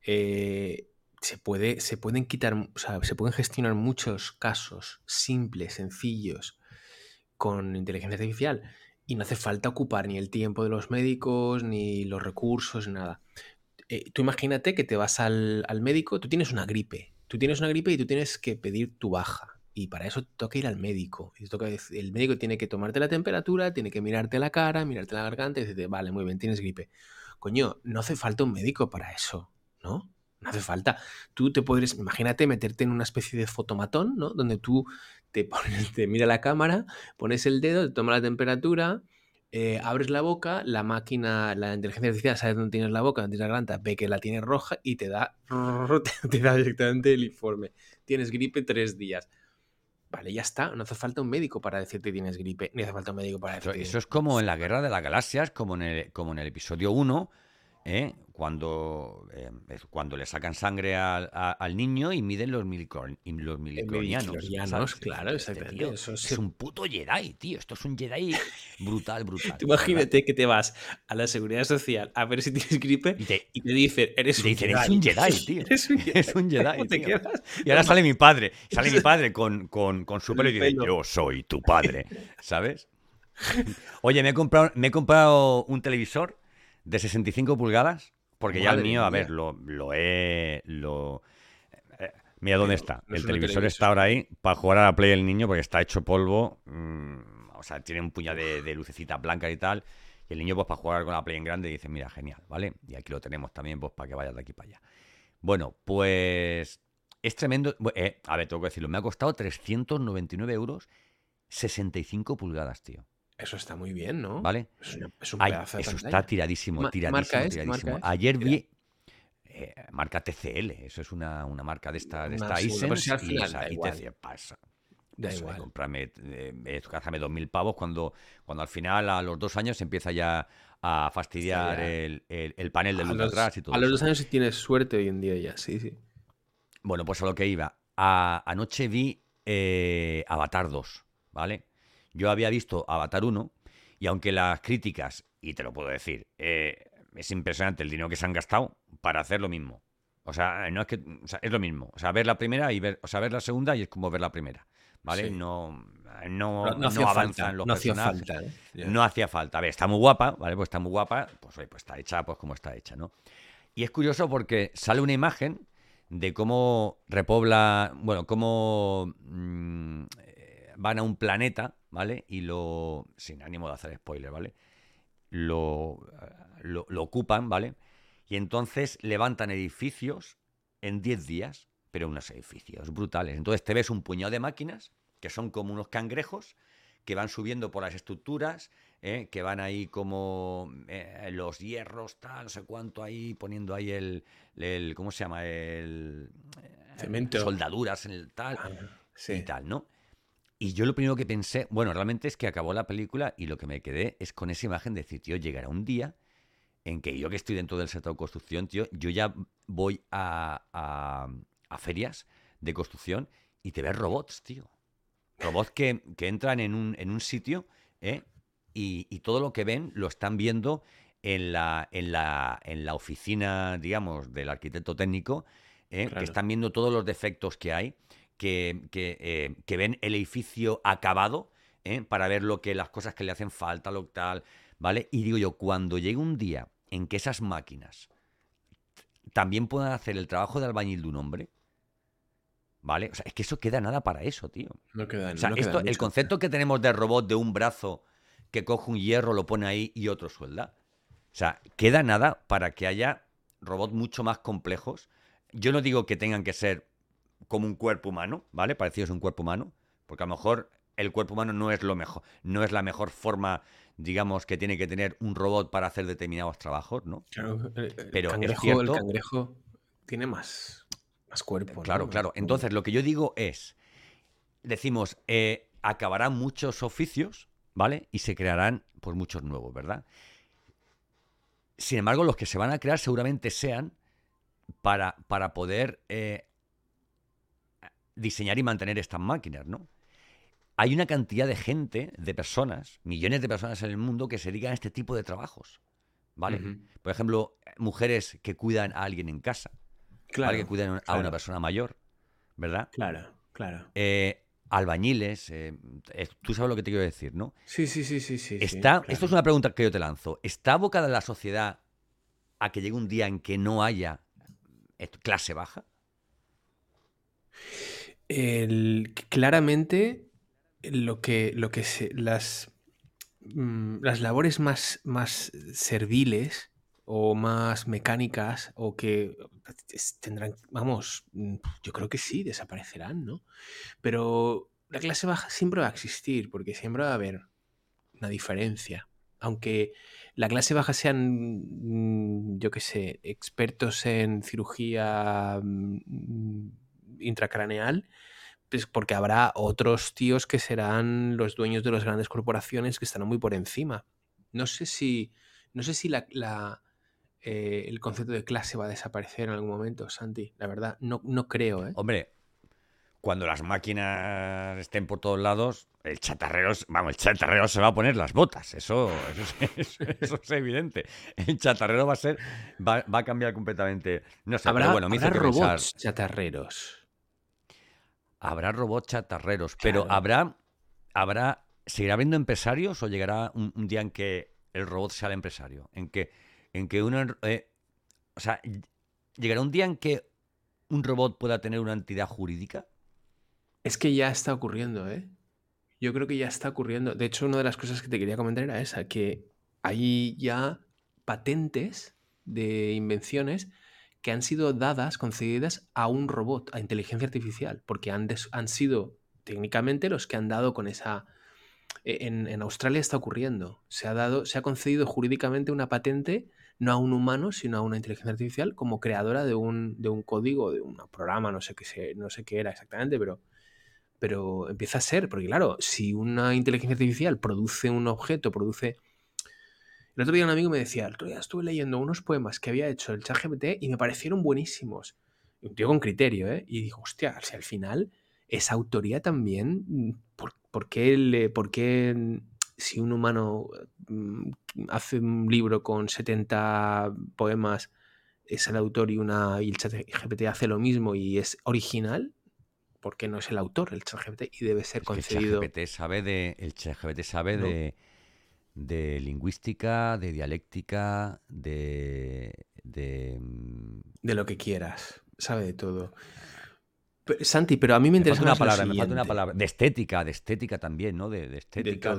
se pueden quitar, o sea, se pueden gestionar muchos casos simples, sencillos, con inteligencia artificial. Y no hace falta ocupar ni el tiempo de los médicos, ni los recursos, nada. Tú imagínate que te vas al médico, tú tienes una gripe y tú tienes que pedir tu baja. Y para eso toca ir al médico. El médico tiene que tomarte la temperatura, tiene que mirarte la cara, mirarte la garganta y decirte, vale, muy bien, tienes gripe. Coño, no hace falta un médico para eso, ¿no? No hace falta. Tú te podrías, imagínate, meterte en una especie de fotomatón, ¿no? Donde tú te mira la cámara, pones el dedo, te toma la temperatura, abres la boca, la máquina, la inteligencia artificial sabe dónde tienes la boca, dónde tienes la garganta, ve que la tienes roja y te da directamente el informe. Tienes gripe 3 días. Vale, ya está. No hace falta un médico para decirte que tienes gripe, ni hace falta un médico para decirte...
Eso es como en la Guerra de las Galaxias, como en el episodio 1, cuando le sacan sangre al niño y miden los miliclorianos,
claro, exactamente.
Tío, es un puto Jedi, tío. Esto es un Jedi brutal.
Tú imagínate que te vas a la Seguridad Social a ver si tienes gripe y te dicen, eres un
Jedi, tío. Es un Jedi, tío. Y ahora sale mi padre. Con su pelo y dice, yo soy tu padre, ¿sabes? Oye, me he comprado un televisor de 65 pulgadas, porque ya el mío, a ver, mira dónde está. El televisor está ahora ahí para jugar a la Play el niño, porque está hecho polvo. O sea, tiene un puñado de lucecitas blancas y tal. Y el niño, pues para jugar con la Play en grande, dice, mira, genial, ¿vale? Y aquí lo tenemos también, pues para que vayas de aquí para allá. Bueno, pues es tremendo. A ver, tengo que decirlo. Me ha costado 399 euros, 65 pulgadas, tío.
Eso está muy bien, ¿no?
¿Vale?
Es un pedazo de
eso
pantalla.
está tiradísimo.
¿Marca es?
Ayer vi marca TCL, eso es una marca de esta Hisense, y te pasa.
Da igual.
Comprarme, gázame 2.000 pavos cuando al final, a los 2 años, empieza ya a fastidiar el panel de luz de atrás y todo.
A los 2 años si tienes suerte hoy en día ya, sí.
Bueno, pues a lo que iba. Anoche vi Avatar 2, ¿vale? Yo había visto Avatar 1 y aunque las críticas, y te lo puedo decir, es impresionante el dinero que se han gastado para hacer lo mismo. O sea, no es que, o sea, es lo mismo. O sea, ver la primera y ver la segunda y es como ver la primera, ¿vale?
Sí.
No
avanzan
los personajes.
Hacía falta, ¿eh? Yeah.
No hacía falta. A ver, está muy guapa, ¿vale? Pues está muy guapa, pues está hecha pues como está hecha, ¿no? Y es curioso porque sale una imagen de cómo repobla, bueno, cómo van a un planeta, ¿vale? Y sin ánimo de hacer spoiler, ¿vale? Lo ocupan, ¿vale? Y entonces levantan edificios en 10 días, pero unos edificios brutales. Entonces te ves un puñado de máquinas que son como unos cangrejos que van subiendo por las estructuras, que van ahí como los hierros, tal, no sé cuánto ahí, poniendo ahí el ¿cómo se llama?
Cemento.
Soldaduras en el tal
sí.
y tal, ¿no? Y yo lo primero que pensé, bueno, realmente es que acabó la película y lo que me quedé es con esa imagen de decir, tío, llegará un día en que yo que estoy dentro del sector de construcción, tío, yo ya voy a ferias de construcción y te ves robots, tío. Robots que entran en un sitio y todo lo que ven lo están viendo en la oficina, digamos, del arquitecto técnico, claro. Que están viendo todos los defectos que hay, que ven el edificio acabado para ver las cosas que le hacen falta, lo tal, ¿vale? Y digo yo, cuando llegue un día en que esas máquinas también puedan hacer el trabajo de albañil de un hombre, ¿vale? O sea, es que eso queda nada para eso, tío.
No queda,
o sea, el concepto que tenemos de robot de un brazo que coge un hierro, lo pone ahí y otro suelda. O sea, queda nada para que haya robots mucho más complejos. Yo no digo que tengan que ser como un cuerpo humano, ¿vale? Parecidos a un cuerpo humano, porque a lo mejor el cuerpo humano no es lo mejor, no es la mejor forma, digamos, que tiene que tener un robot para hacer determinados trabajos, ¿no?
Claro,
pero
es cierto, el cangrejo tiene más cuerpo,
claro,
¿no?
Claro. Entonces, lo que yo digo es, decimos, acabarán muchos oficios, ¿vale? Y se crearán, pues, muchos nuevos, ¿verdad? Sin embargo, los que se van a crear seguramente sean para poder diseñar y mantener estas máquinas, ¿no? Hay una cantidad de gente, de personas, millones de personas en el mundo que se dedican a este tipo de trabajos, ¿vale?
Uh-huh.
Por ejemplo, mujeres que cuidan a alguien en casa,
claro,
¿vale? Que cuidan a una persona mayor, ¿verdad?
Claro.
Albañiles, tú sabes lo que te quiero decir, ¿no?
Sí.
Claro. Esto es una pregunta que yo te lanzo. ¿Está abocada la sociedad a que llegue un día en que no haya clase baja?
Claramente las labores más serviles o más mecánicas o que tendrán, vamos, yo creo que sí, desaparecerán, ¿no? Pero la clase baja siempre va a existir porque siempre va a haber una diferencia. Aunque la clase baja sean, yo qué sé, expertos en cirugía intracraneal, pues porque habrá otros tíos que serán los dueños de las grandes corporaciones que estarán muy por encima. No sé si el concepto de clase va a desaparecer en algún momento, Santi. La verdad, no creo, ¿eh?
Hombre, cuando las máquinas estén por todos lados, el chatarrero se va a poner las botas. Eso es evidente. El chatarrero va a cambiar completamente. No sé, pero bueno, me hizo que pensar.
Robots chatarreros.
Habrá robots chatarreros,
Claro.
pero ¿seguirá habiendo empresarios o llegará un día en que el robot sea el empresario? En que uno, o sea, ¿llegará un día en que un robot pueda tener una entidad jurídica?
Es que ya está ocurriendo, ¿eh? Yo creo que ya está ocurriendo. De hecho, una de las cosas que te quería comentar era esa, que hay ya patentes de invenciones que han sido dadas, concedidas a un robot, a inteligencia artificial, porque han sido técnicamente los que han dado con esa... En Australia está ocurriendo. Se ha concedido jurídicamente una patente no a un humano, sino a una inteligencia artificial como creadora de un código, de un programa, no sé qué era exactamente, pero empieza a ser, porque claro, si una inteligencia artificial produce un objeto, El otro día un amigo me decía, el otro día estuve leyendo unos poemas que había hecho el ChatGPT y me parecieron buenísimos. Un tío con criterio, ¿eh? Y digo, hostia, si al final esa autoría también, ¿por qué si un humano hace un libro con 70 poemas, es el autor y el ChatGPT hace lo mismo y es original? Porque no es el autor, el ChatGPT, y debe ser concedido.
El ChatGPT sabe de lingüística, de dialéctica,
de lo que quieras, sabe de todo. Santi, pero a mí me interesa
me falta una palabra. De estética también, ¿no? De estética,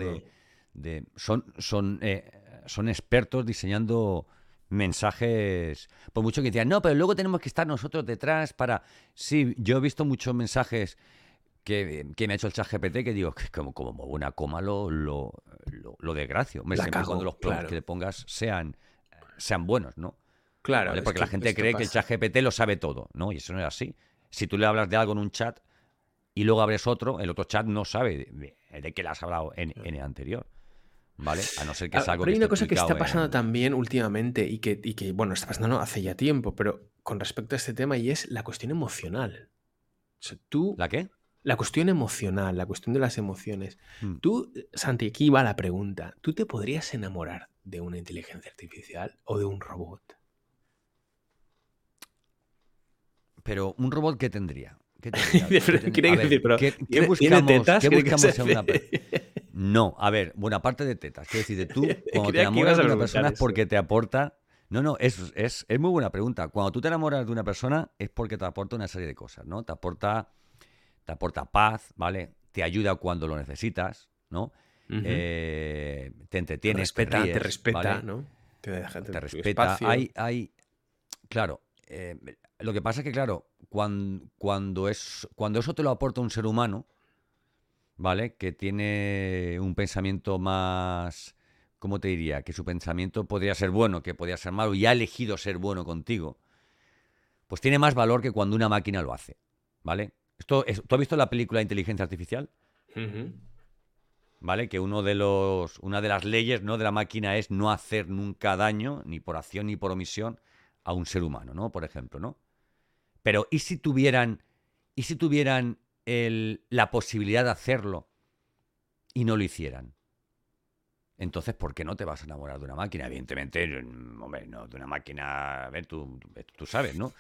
son expertos diseñando mensajes, por mucho que digan, no, pero luego tenemos que estar nosotros detrás para... Sí, yo he visto muchos mensajes que me ha hecho el ChatGPT que digo, que como una coma lo desgracio. Siempre cuando los prompts que le pongas sean buenos, ¿no?
Claro.
¿Vale? Porque la gente cree que el ChatGPT lo sabe todo, ¿no? Y eso no es así. Si tú le hablas de algo en un chat y luego abres otro, el otro chat no sabe de qué le has hablado en el anterior. ¿Vale? A no ser que es algo
pero
que
hay una cosa que está
publicado
pasando también últimamente y que, bueno, está pasando hace ya tiempo, pero con respecto a este tema, y es la cuestión emocional. O sea,
¿La qué?
La cuestión emocional, la cuestión de las emociones. Tú, Santi, aquí va la pregunta. ¿Tú te podrías enamorar de una inteligencia artificial o de un robot?
Pero, ¿un robot qué tendría? ¿Qué buscamos en una persona? No, a ver, buena parte de tetas. Quiero decir, tú, cuando te enamoras de una persona es porque te aporta... No, es muy buena pregunta. Cuando tú te enamoras de una persona es porque te aporta una serie de cosas, ¿no? Te aporta paz, ¿vale? Te ayuda cuando lo necesitas, ¿no? Te entretienes, te
respeta,
¿vale?
¿no?
Te respeta. Claro, lo que pasa es que, claro, cuando eso te lo aporta un ser humano, ¿vale? Que tiene un pensamiento más... ¿Cómo te diría? Que su pensamiento podría ser bueno, que podría ser malo, y ha elegido ser bueno contigo, pues tiene más valor que cuando una máquina lo hace, ¿vale? ¿Tú has visto la película Inteligencia Artificial? ¿Vale? Que una de las leyes, ¿no?, de la máquina es no hacer nunca daño, ni por acción ni por omisión, a un ser humano, ¿no? Por ejemplo, ¿no? Pero ¿y si tuvieran la posibilidad de hacerlo y no lo hicieran? Entonces, ¿por qué no te vas a enamorar de una máquina? Evidentemente, hombre, no, de una máquina... A ver, tú sabes, ¿no?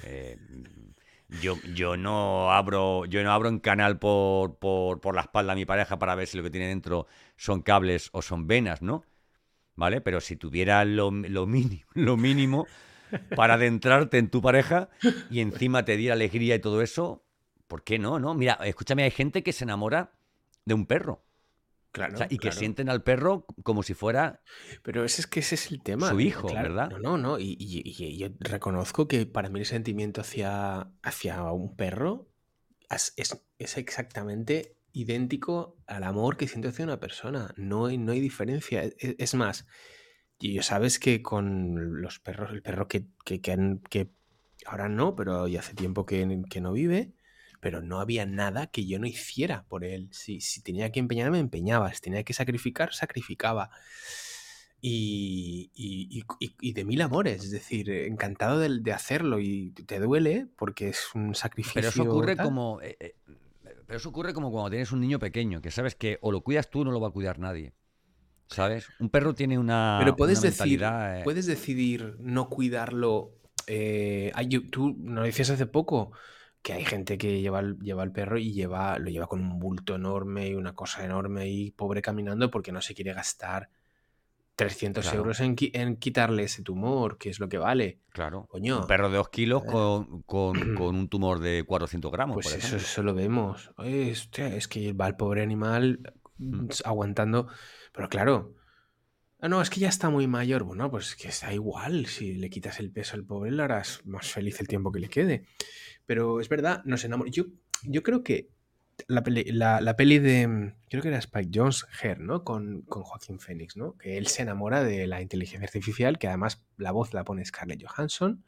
Yo no abro en canal por la espalda a mi pareja para ver si lo que tiene dentro son cables o son venas, ¿no? ¿Vale? Pero si tuviera lo mínimo para adentrarte en tu pareja y encima te diera alegría y todo eso, ¿por qué no? ¿No? Mira, escúchame, hay gente que se enamora de un perro.
Claro,
o sea, y que sienten al perro como si fuera...
Pero ese es el tema.
Su hijo,
claro,
¿verdad?
No. Y yo reconozco que para mí el sentimiento hacia un perro es exactamente idéntico al amor que siento hacia una persona. No hay diferencia. Es más, y ya sabes que con los perros, el perro que ahora no, pero ya hace tiempo que no vive, pero no había nada que yo no hiciera por él. Si tenía que empeñarme, empeñaba. Si tenía que sacrificar, sacrificaba. y de mil amores, es decir, encantado de hacerlo y te duele porque es un sacrificio.
Pero eso ocurre como... pero eso ocurre como cuando tienes un niño pequeño, que sabes que o lo cuidas tú o no lo va a cuidar nadie. ¿Sabes? Un perro tiene
Pero puedes
mentalidad...
puedes decidir no cuidarlo. Tú nos decías hace poco que hay gente que lleva el perro y lo lleva con un bulto enorme y una cosa enorme y pobre caminando porque no se quiere gastar 300 euros en quitarle ese tumor, que es lo que vale.
Claro.
Coño,
un perro de 2 kilos con un tumor de 400 gramos,
pues
por ejemplo.
eso lo vemos. Oye, hostia, es que va el pobre animal aguantando. Pero claro, no, es que ya está muy mayor. Bueno, pues es que está igual. Si le quitas el peso al pobre, lo harás más feliz el tiempo que le quede. Pero es verdad, nos enamoramos. Yo creo que la peli de, creo que era Spike Jonze, Her, ¿no? Con Joaquín Phoenix, ¿no? Que él se enamora de la inteligencia artificial, que además la voz la pone Scarlett Johansson.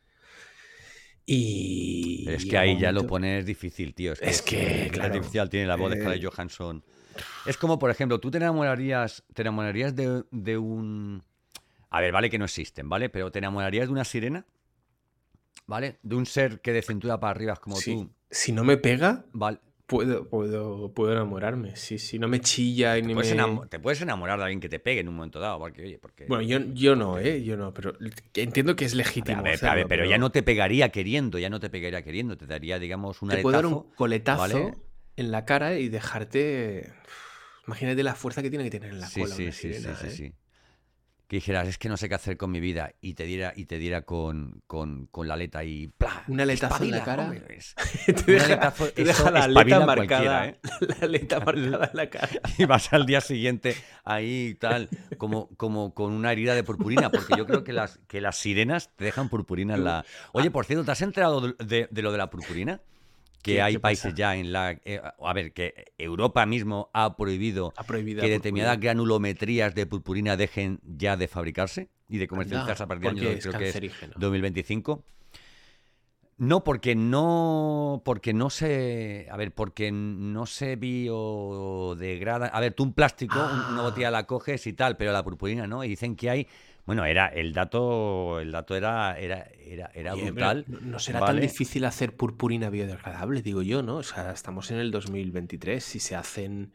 Y
es que ahí ya lo pones difícil, tío.
Es que
claro, la artificial tiene la voz de Scarlett Johansson. Es como, por ejemplo, tú te enamorarías de un... A ver, vale que no existen, ¿vale? Pero te enamorarías de una sirena, ¿vale? De un ser que de cintura para arriba es como tú.
Si no me pega,
vale.
Puedo enamorarme. Si no me chilla y
te puedes enamorar de alguien que te pegue en un momento dado. Porque...
Bueno, yo no, pero entiendo que es legítimo.
A ver, pero ya no te pegaría queriendo, te daría, digamos, un aletazo.
Te puedo dar un coletazo, ¿vale?, en la cara y dejarte... Imagínate la fuerza que tiene que tener en la cola una sirena,
sí. Que dijeras, es que no sé qué hacer con mi vida, y te diera con la aleta y ¡plá!
Un aletazo en la cara.
Te deja la aleta marcada, ¿eh?
La aleta marcada en la cara.
Y vas al día siguiente ahí tal, como con una herida de purpurina, porque yo creo que las sirenas te dejan purpurina en la... Oye, por cierto, ¿te has enterado de lo de la purpurina? Que hay países ya en la... a ver, que Europa mismo ha prohibido que determinadas granulometrías de purpurina dejen ya de fabricarse y de comercializarse a partir del año, creo que es 2025. No, porque no se... A ver, porque no se biodegrada. A ver, tú un plástico, una botella la coges y tal, pero la purpurina no. Y dicen que hay... Bueno, el dato era brutal.
No será tan difícil hacer purpurina biodegradable, digo yo, ¿no? O sea, estamos en el 2023. Si se hace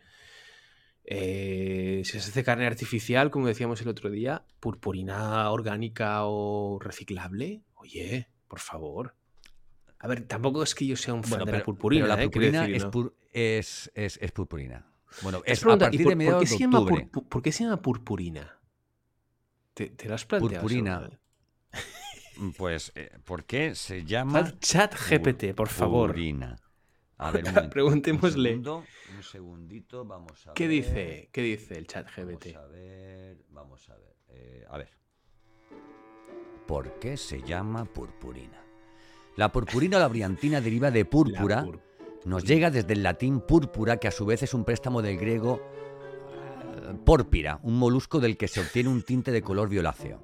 carne artificial, como decíamos el otro día, purpurina orgánica o reciclable, oye, por favor. A ver, tampoco es que yo sea un fan de la purpurina.
Pero la purpurina es purpurina. Bueno, es a partir de mediados de octubre.
¿Por qué se llama purpurina? ¿Te lo has planteado?
Purpurina. Pues, ¿por qué se llama?
ChatGPT, por favor.
Purpurina. A ver,
preguntémosle.
Un segundito, vamos a ver.
¿Qué dice el ChatGPT?
Vamos a ver. A ver. ¿Por qué se llama purpurina? La purpurina o la briantina deriva de púrpura. Nos llega desde el latín púrpura, que a su vez es un préstamo del griego pórpira, un molusco del que se obtiene un tinte de color violáceo.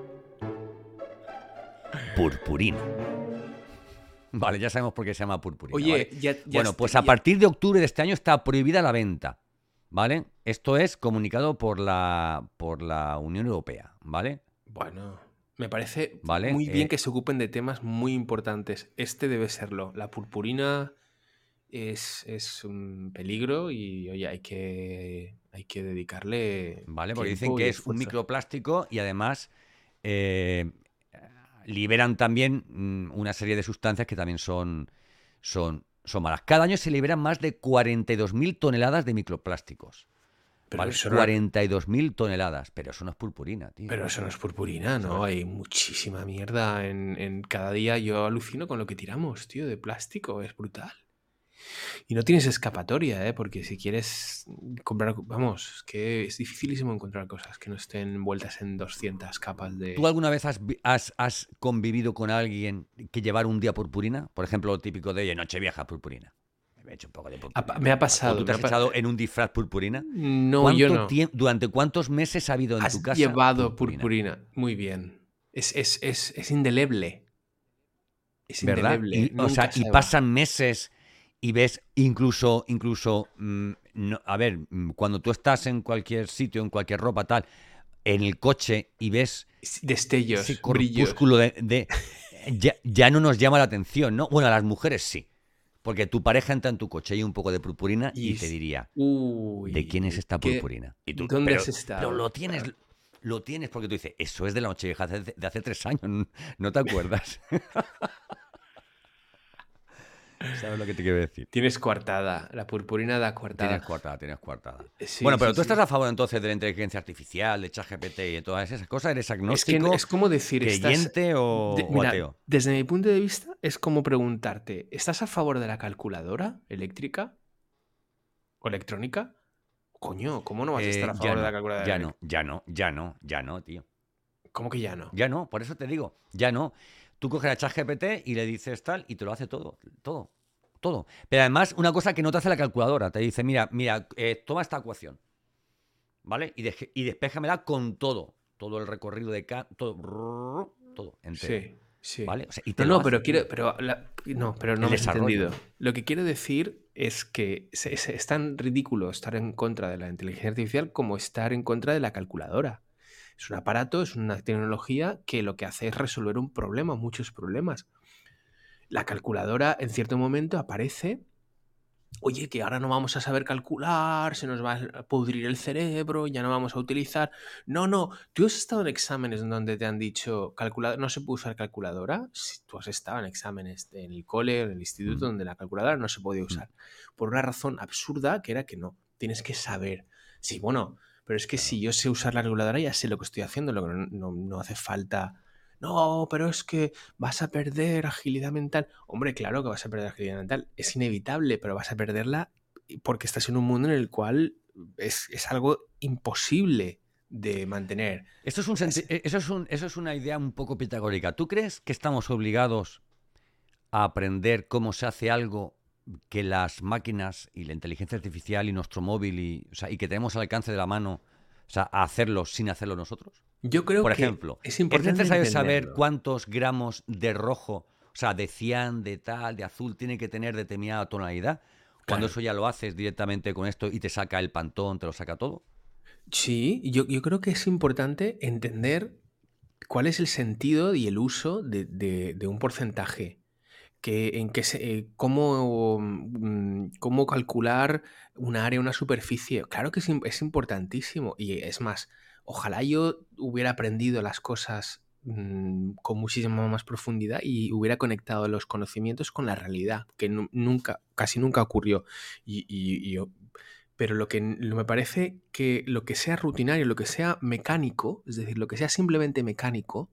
Purpurina. Vale, ya sabemos por qué se llama purpurina.
Oye,
¿vale? Bueno, pues a partir de octubre de este año está prohibida la venta, ¿vale? Esto es comunicado por la Unión Europea, ¿vale?
Bueno, me parece muy bien que se ocupen de temas muy importantes. Este debe serlo. La purpurina es un peligro y, oye, hay que dedicarle...
Vale, porque dicen que es un microplástico y además liberan también una serie de sustancias que también son malas. Cada año se liberan más de 42.000 toneladas de microplásticos. ¿Vale? 42.000 toneladas. Pero eso no es purpurina, tío.
Pero eso no es purpurina, ¿no? Hay muchísima mierda en cada día. Yo alucino con lo que tiramos, tío, de plástico. Es brutal. Y no tienes escapatoria, porque si quieres comprar... Vamos, que es dificilísimo encontrar cosas que no estén envueltas en 200 capas de...
¿Tú alguna vez has convivido con alguien que llevara un día purpurina? Por ejemplo, lo típico de, oye, Nochevieja, purpurina. Me he hecho un poco de purpurina.
Me ha pasado.
¿O tú te has echado en un disfraz purpurina?
No, yo no.
¿Durante cuántos meses ha habido en tu casa?
Has llevado purpurina. Muy bien. Es indeleble. Es indeleble.
¿Verdad? Y pasan meses... Y ves incluso no, a ver, cuando tú estás en cualquier sitio, en cualquier ropa, tal, en el coche y ves
destellos,
ese corpúsculo ya no nos llama la atención, ¿no? Bueno, a las mujeres sí. Porque tu pareja entra en tu coche y hay un poco de purpurina y te diría, ¿de quién es esta purpurina? Y tú,
¿dónde has estado?
Pero lo tienes porque tú dices, eso es de la Nochevieja de hace 3 años, ¿no te acuerdas? ¿Sabes lo que te quiero decir?
Tienes coartada, la purpurina da coartada.
Tienes coartada.
Sí,
bueno, pero tú estás a favor entonces de la inteligencia artificial, de ChatGPT y de todas esas cosas. ¿Eres agnóstico,
es como decir,
creyente o ateo?
Desde mi punto de vista es como preguntarte, ¿estás a favor de la calculadora eléctrica o electrónica? Coño, ¿cómo no vas a estar a favor de la calculadora?
Ya no, tío.
¿Cómo que ya no?
Ya no, por eso te digo, ya no. Tú coges a ChatGPT y le dices tal y te lo hace todo. Pero además, una cosa que no te hace la calculadora, te dice, mira, toma esta ecuación, ¿vale? Y despéjamela con todo el recorrido de todo entero.
Sí.
¿Vale? O sea, y
no, pero no me has entendido. Lo que quiero decir es que es tan ridículo estar en contra de la inteligencia artificial como estar en contra de la calculadora. Es un aparato, es una tecnología que lo que hace es resolver un problema, muchos problemas. La calculadora en cierto momento aparece, oye, que ahora no vamos a saber calcular, se nos va a pudrir el cerebro, ya no vamos a utilizar. No, tú has estado en exámenes donde te han dicho, no se puede usar calculadora. Si tú has estado en exámenes en el cole, en el instituto, donde la calculadora no se podía usar. Por una razón absurda, que era que no, tienes que saber. Sí, bueno, pero es que si yo sé usar la calculadora ya sé lo que estoy haciendo, lo que no hace falta. No, pero es que vas a perder agilidad mental. Hombre, claro que vas a perder agilidad mental. Es inevitable, pero vas a perderla porque estás en un mundo en el cual es algo imposible de mantener.
Eso es una idea un poco pitagórica. ¿Tú crees que estamos obligados a aprender cómo se hace algo que las máquinas y la inteligencia artificial y nuestro móvil y que tenemos al alcance de la mano, a hacerlo sin hacerlo nosotros?
Yo creo
Por
que
ejemplo,
es importante
necesario saber cuántos gramos de rojo, de cian, de tal, de azul, tiene que tener determinada tonalidad. Cuando eso ya lo haces directamente con esto y te saca el Pantón, te lo saca todo.
Sí, yo creo que es importante entender cuál es el sentido y el uso de un porcentaje. Cómo calcular un área, una superficie. Claro que es importantísimo. Y es más, ojalá yo hubiera aprendido las cosas con muchísima más profundidad y hubiera conectado los conocimientos con la realidad, que casi nunca ocurrió. Pero lo que me parece que lo que sea rutinario, lo que sea mecánico, es decir, lo que sea simplemente mecánico,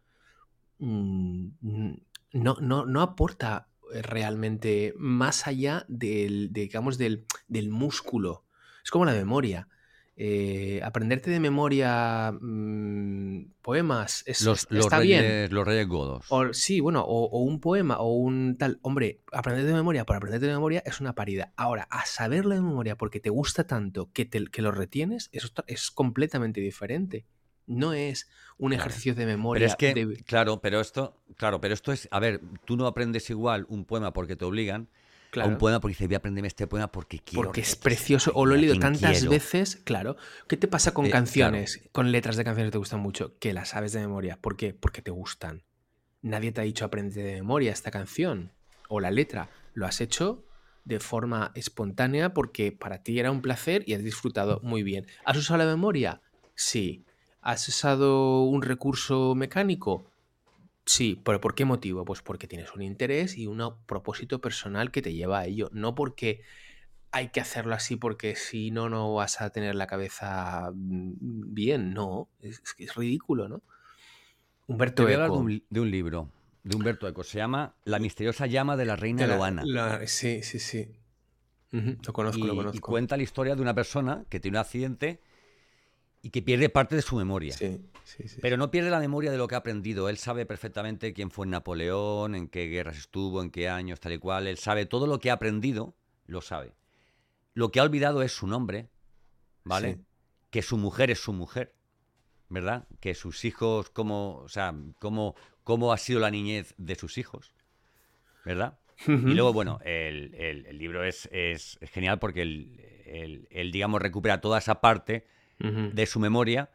no aporta realmente más allá digamos, del músculo. Es como la memoria. Aprenderte de memoria poemas está bien.
Los Reyes Godos.
Sí, bueno, o un poema o un tal. Hombre, aprender de memoria por aprender de memoria es una paridad. Ahora, a saberlo de memoria porque te gusta tanto que lo retienes, eso es completamente diferente. No es un ejercicio de memoria.
Pero es que, claro, pero esto es, a ver, tú no aprendes igual un poema porque te obligan, a un poema porque dices, voy a aprenderme este poema porque quiero.
Porque es precioso, o lo he leído tantas veces, claro. ¿Qué te pasa con canciones, con letras de canciones que te gustan mucho? Que las sabes de memoria. ¿Por qué? Porque te gustan. Nadie te ha dicho aprende de memoria esta canción o la letra. Lo has hecho de forma espontánea porque para ti era un placer y has disfrutado muy bien. ¿Has usado la memoria? Sí. ¿Has usado un recurso mecánico? Sí, pero ¿por qué motivo? Pues porque tienes un interés y un propósito personal que te lleva a ello. No porque hay que hacerlo así porque si no, no vas a tener la cabeza bien. No, es que es ridículo, ¿no?
Humberto Eco. Te voy a hablar de un libro de Humberto Eco. Se llama La misteriosa llama de la reina Loana.
Sí. Lo conozco.
Y cuenta la historia de una persona que tiene un accidente y que pierde parte de su memoria.
Sí.
Pero no pierde la memoria de lo que ha aprendido. Él sabe perfectamente quién fue Napoleón, en qué guerras estuvo, en qué años, tal y cual. Él sabe todo lo que ha aprendido, lo sabe. Lo que ha olvidado es su nombre, ¿vale? Sí. Que su mujer es su mujer, ¿verdad? Que sus hijos, cómo ha sido la niñez de sus hijos, ¿verdad? Uh-huh. Y luego, bueno, el libro es genial porque él, digamos, recupera toda esa parte de su memoria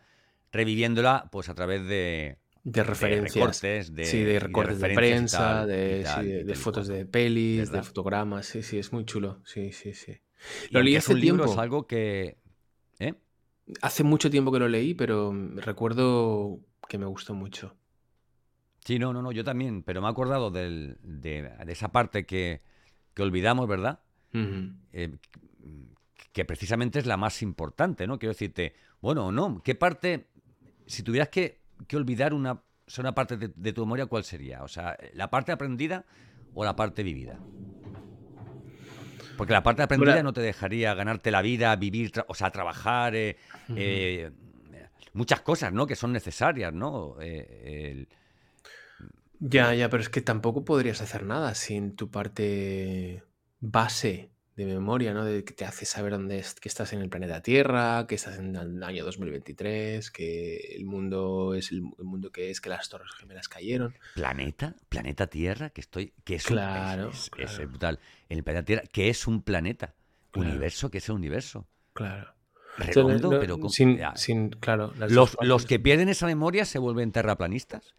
reviviéndola pues a través de
referencias. De recortes de prensa, de fotos de pelis, ¿verdad? De fotogramas. Sí, es muy chulo. Sí.
Lo leí hace tiempo. Es algo que...
Hace mucho tiempo que lo leí, pero recuerdo que me gustó mucho.
Sí, no, yo también, pero me he acordado de esa parte que olvidamos, ¿verdad?
Uh-huh.
Que precisamente es la más importante, ¿no? Quiero decirte, bueno, no, ¿qué parte, si tuvieras que olvidar una parte de tu memoria, ¿cuál sería? O sea, ¿la parte aprendida o la parte vivida? Porque la parte aprendida no te dejaría ganarte la vida, vivir, trabajar, muchas cosas, ¿no? Que son necesarias, ¿no?
Ya, pero es que tampoco podrías hacer nada sin tu parte base de memoria, ¿no? De que te hace saber que estás en el planeta Tierra, que estás en el año 2023, que el mundo es el mundo que es, que las Torres Gemelas cayeron.
Planeta Tierra, que es
claro.
Es brutal. El planeta Tierra, que es un planeta. Claro. Universo, que es el universo.
Claro.
Redondo, pero
claro.
Los que pierden esa memoria se vuelven terraplanistas.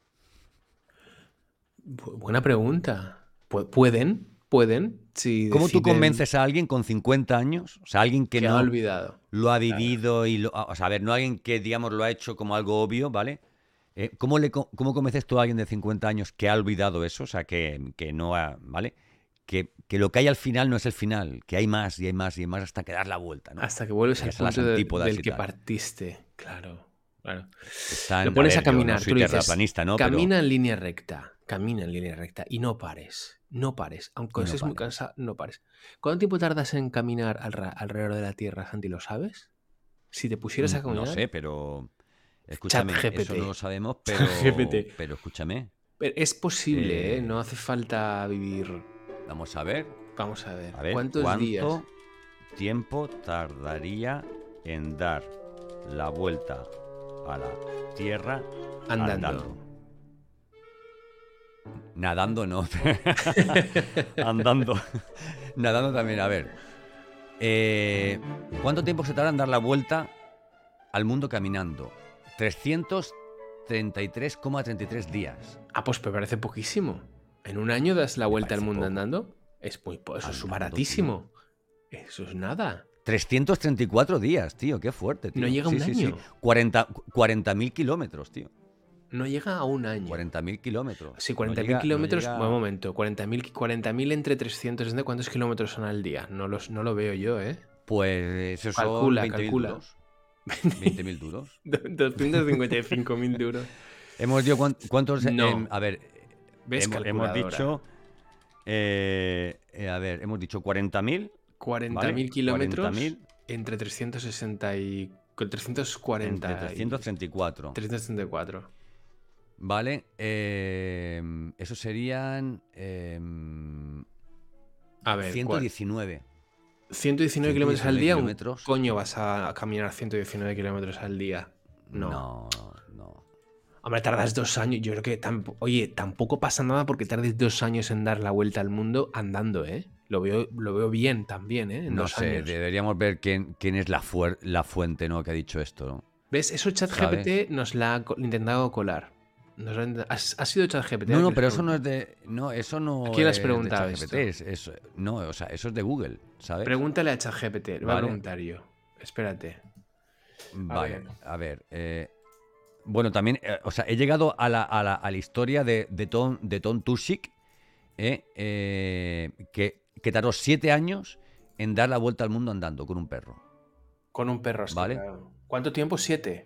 Buena pregunta. Pueden. Si
¿Cómo tú convences a alguien con 50 años? O sea, alguien que no
ha olvidado.
Lo ha vivido y o sea, a ver, no alguien que, digamos, lo ha hecho como algo obvio, ¿vale? ¿Cómo convences tú a alguien de 50 años que ha olvidado eso? O sea, que no ha, ¿vale? Que lo que hay al final no es el final, que hay más y hay más y hay más hasta que das la vuelta, ¿no?
Hasta que vuelves al punto del que partiste, claro. Lo pones a caminar,
no soy terraplanista, ¿no?
Camina en línea recta y no pares, aunque estés muy cansado, no pares. ¿Cuánto tiempo tardas en caminar alrededor de la Tierra, Santi, lo sabes? Si te pusieras a caminar...
No sé, pero... Escúchame, eso no lo sabemos, pero escúchame.
Pero es posible, no hace falta vivir...
Vamos a ver.
¿Cuántos días?
¿Cuánto tiempo tardaría en dar la vuelta a la Tierra andando? Nadando no. Andando. Nadando también. A ver. ¿Cuánto tiempo se tarda en dar la vuelta al mundo caminando? 333,33 días.
Pues me parece poquísimo. ¿En un año das la vuelta al mundo andando? Eso es baratísimo. Tío. Eso es nada.
334 días, tío. Qué fuerte, tío.
No llega a un año.
Sí. 40.000 kilómetros, tío.
No llega a un año.
40.000 kilómetros.
Sí, 40.000 kilómetros. Buen momento. 40.000 entre 300. ¿Cuántos kilómetros son al día? No lo veo yo, ¿eh?
Pues eso son 20.000 duros. 20.000 duros.
255.000 duros.
Hemos dicho cuántos.
No.
A ver. Hemos dicho. Hemos dicho 40.000.
40.000 kilómetros 40.000 entre 360 y 340.
Entre 334.
334.
Vale. Eso serían. 119.
119 kilómetros al día. ¿Coño vas a caminar 119 kilómetros al día?
No.
Hombre, tardas 2 años. Yo creo que tampoco pasa nada porque tardes 2 años en dar la vuelta al mundo andando, ¿eh? Lo veo bien también, ¿eh?
No sé, deberíamos ver quién es la fuente, ¿no? Que ha dicho esto, ¿no?
¿Ves? Eso ChatGPT nos la ha intentado colar. Ha sido ChatGPT.
No, pero eso no es de... No, eso no.
¿A quién le has preguntado esto?
No, o sea, eso es de Google, ¿sabes?
Pregúntale a ChatGPT. Le voy a preguntar yo. Espérate.
Vale, a ver. Bueno, también, he llegado a la historia de Tom Tushik, que tardó 7 años en dar la vuelta al mundo andando con un perro.
Con un perro,
¿vale?
Claro. ¿Cuánto tiempo? 7.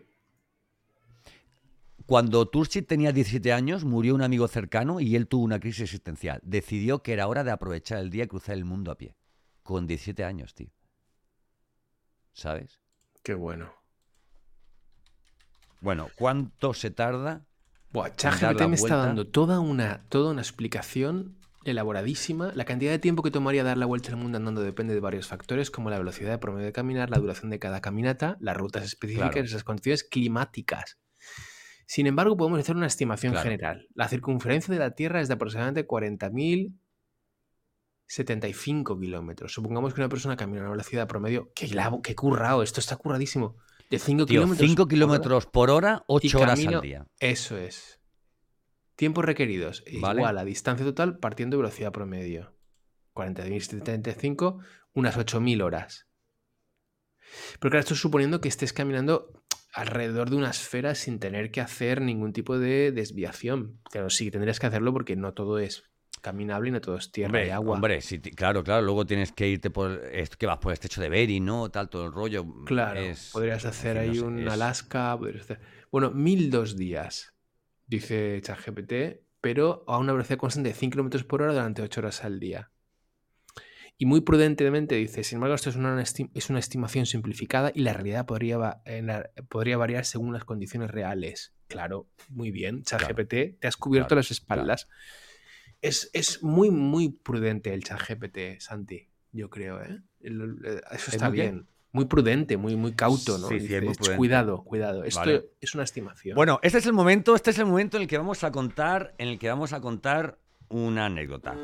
Cuando Tushik tenía 17 años, murió un amigo cercano y él tuvo una crisis existencial. Decidió que era hora de aprovechar el día y cruzar el mundo a pie. Con 17 años, tío. ¿Sabes?
Qué bueno.
Bueno, ¿cuánto se tarda?
ChatGPT me está dando toda una explicación elaboradísima. La cantidad de tiempo que tomaría dar la vuelta al mundo andando depende de varios factores, como la velocidad de promedio de caminar, la duración de cada caminata, las rutas específicas y las condiciones climáticas. Sin embargo, podemos hacer una estimación general. La circunferencia de la Tierra es de aproximadamente 40.075 kilómetros. Supongamos que una persona camina a una velocidad promedio... ¡Qué currado! Esto está curradísimo. De 5
kilómetros por hora, 8 horas al día.
Eso es. Tiempos requeridos. ¿Vale? Igual a distancia total partiendo de velocidad promedio. 40.075, unas 8.000 horas. Pero claro, esto es suponiendo que estés caminando alrededor de una esfera sin tener que hacer ningún tipo de desviación. Claro, sí, tendrías que hacerlo porque no todo es caminable y no todo es tierra y agua.
Hombre, sí, claro, luego tienes que irte que vas por el estrecho de Bering, ¿no? Tal, todo el rollo.
Claro, podrías hacer ahí un Alaska. Bueno, 1.002 días, dice ChatGPT, pero a una velocidad constante de 5 km por hora durante 8 horas al día. Y muy prudentemente dice, sin embargo, esto es una estimación simplificada y la realidad podría variar según las condiciones reales. Claro, muy bien, ChatGPT, te has cubierto las espaldas. Claro. Es muy, muy prudente el ChatGPT, Santi, yo creo, ¿eh? Eso está bien. Muy prudente, muy, muy cauto, ¿no?
Sí,
dice,
es muy prudente.
Cuidado. Esto es una estimación.
Bueno, este es el momento en el que vamos a contar, una anécdota.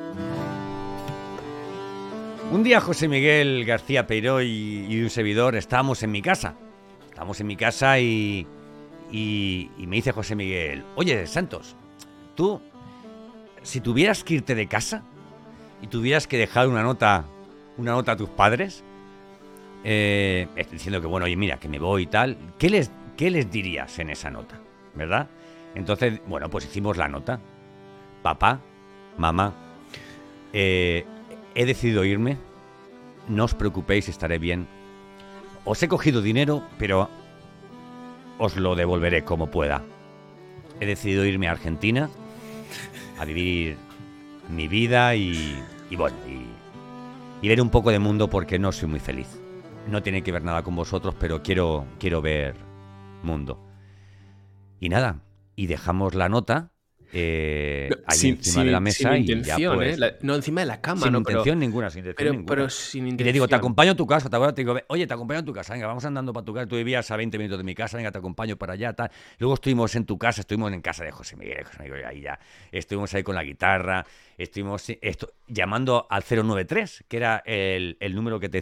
Un día José Miguel García Peiró y un servidor estábamos en mi casa. Y me dice José Miguel, oye, Santos, tú, si tuvieras que irte de casa y tuvieras que dejar una nota a tus padres, diciendo que, bueno, oye, mira, que me voy y tal, ¿qué les dirías en esa nota? ¿Verdad? Entonces, bueno, pues hicimos la nota. Papá, mamá, he decidido irme, no os preocupéis, estaré bien. Os he cogido dinero, pero os lo devolveré como pueda. He decidido irme a Argentina a vivir mi vida y ver un poco de mundo porque no soy muy feliz. No tiene que ver nada con vosotros, pero quiero ver mundo. Y nada, y dejamos la nota ahí encima de la mesa
sin
y
intención,
ya pues...
no encima de la cama,
sin
¿no?
intención ninguna.
Pero sin intención.
Y le digo, te acompaño a tu casa, ¿te acuerdas? Te digo, oye, te acompaño a tu casa, venga, vamos andando para tu casa. Tú vivías a 20 minutos de mi casa, venga, te acompaño para allá, tal. Luego estuvimos en tu casa, estuvimos en casa de José Miguel, ahí ya. Estuvimos ahí con la guitarra, estuvimos llamando al 093, que era el número que te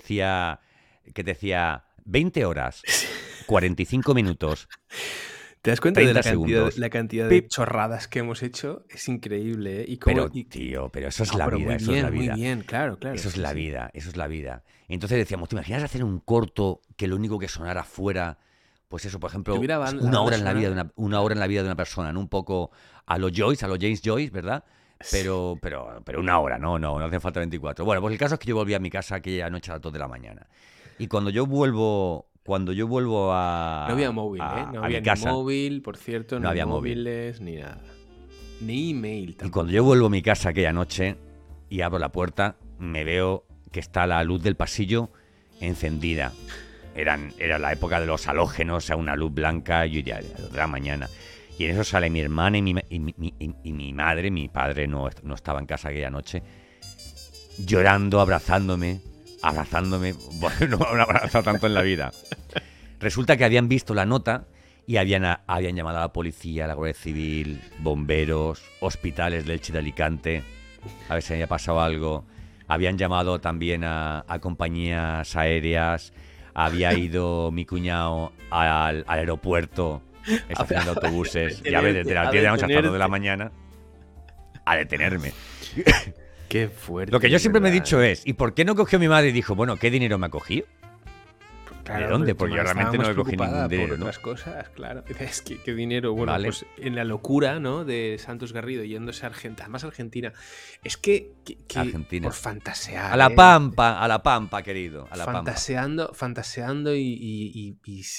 decía 20 horas, 45 minutos.
¿Te das cuenta de la cantidad de chorradas que hemos hecho? Es increíble, ¿eh?
Pero eso es la vida, eso es la vida.
Muy bien, claro.
Eso es la vida. Y entonces decíamos, ¿te imaginas hacer un corto que lo único que sonara fuera, pues eso, por ejemplo, una hora en la vida de una persona, ¿no? Un poco a lo Joyce, a lo James Joyce, ¿verdad? Pero una hora, no hace falta 24. Bueno, pues el caso es que yo volví a mi casa aquella noche a las 2 de la mañana. Y cuando yo vuelvo a...
No había móvil, No había
ni
móvil, por cierto, no había móviles, ni nada. Ni email tampoco.
Y cuando yo vuelvo a mi casa aquella noche y abro la puerta, me veo que está la luz del pasillo encendida. Era la época de los halógenos, a una luz blanca, y ya de la mañana. Y en eso sale mi hermana y mi madre. Mi padre no estaba en casa aquella noche, llorando, abrazándome. Bueno, no me han abrazado tanto en la vida. Resulta que habían visto la nota y habían llamado a la policía, a la Guardia Civil, bomberos, hospitales de Elche y de Alicante, a ver si había pasado algo. Habían llamado también a compañías aéreas. Había ido mi cuñado al aeropuerto, estacionando autobuses, ya ves, desde las 10 de la noche hasta las 2 de la mañana, a detenerme.
Qué fuerte.
Lo que yo siempre me he dicho es, ¿y por qué no cogió mi madre y dijo, bueno, ¿qué dinero me ha cogido?
Claro,
¿de dónde? Porque yo realmente no he cogido ningún dinero.
Por otras cosas, claro. Es que qué dinero. Bueno, vale. Pues en la locura, ¿no? De Santos Garrido yéndose a Argentina, además Argentina. Es que
Argentina.
Por fantasear.
A la Pampa, querido. A la
fantaseando y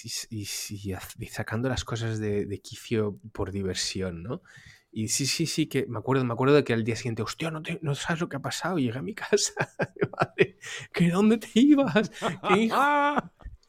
sacando las cosas de quicio por diversión, ¿no? Y sí, que me acuerdo de que al día siguiente, hostia, no sabes lo que ha pasado. Llegué a mi casa, madre, ¿que dónde te ibas? ¿Qué hijo?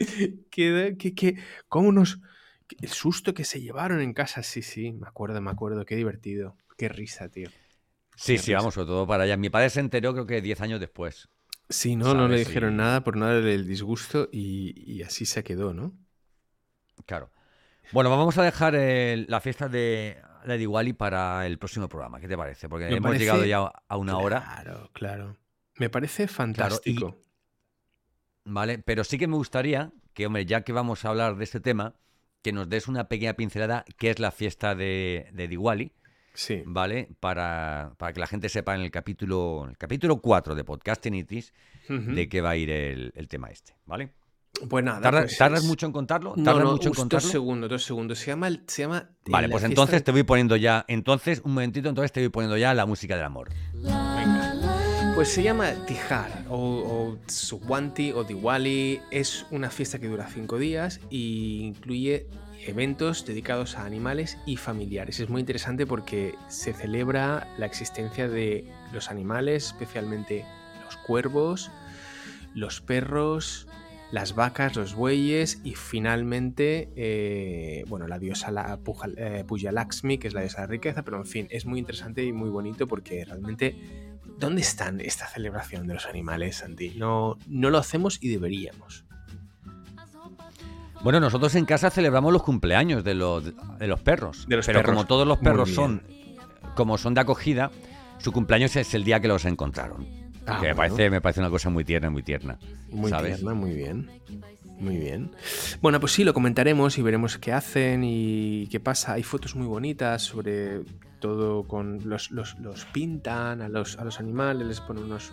¿Cómo el susto que se llevaron en casa? Sí, me acuerdo, qué divertido, qué risa, tío.
Sí, vamos, sobre todo para allá. Mi padre se enteró creo que 10 años después.
Sí, no le dijeron nada por no darle el disgusto y así se quedó, ¿no?
Claro. Bueno, vamos a dejar la fiesta de Diwali para el próximo programa. ¿Qué te parece? Porque hemos llegado ya a una hora.
Claro. Me parece fantástico.
Vale, pero sí que me gustaría que, hombre, ya que vamos a hablar de este tema, que nos des una pequeña pincelada, qué es la fiesta de Diwali.
Sí.
¿Vale? Para que la gente sepa en el capítulo 4 de Podcastinitis de qué va a ir el tema este, ¿vale?
Pues nada.
¿Tardas mucho en contarlo?
Mucho en contarlo? 2 segundos. Se llama
vale, pues entonces te voy poniendo ya... un momentito, te voy poniendo ya la música del amor.
Venga. Pues se llama Tihar o Suwanti o Diwali. Es una fiesta que dura 5 días e incluye eventos dedicados a animales y familiares. Es muy interesante porque se celebra la existencia de los animales, especialmente los cuervos, los perros, las vacas, los bueyes y finalmente la diosa Puja Lakshmi, que es la diosa de la riqueza, pero en fin, es muy interesante y muy bonito porque realmente ¿dónde están esta celebración de los animales, Santi? No lo hacemos y deberíamos.
Bueno, nosotros en casa celebramos los cumpleaños de los perros. Pero como todos los perros son de acogida, su cumpleaños es el día que los encontraron. Que me parece una cosa muy tierna, ¿sabes?
Tierna, muy bien. Muy bien. Bueno, pues sí, lo comentaremos y veremos qué hacen y qué pasa. Hay fotos muy bonitas sobre todo con los pintan a los animales, les ponen unos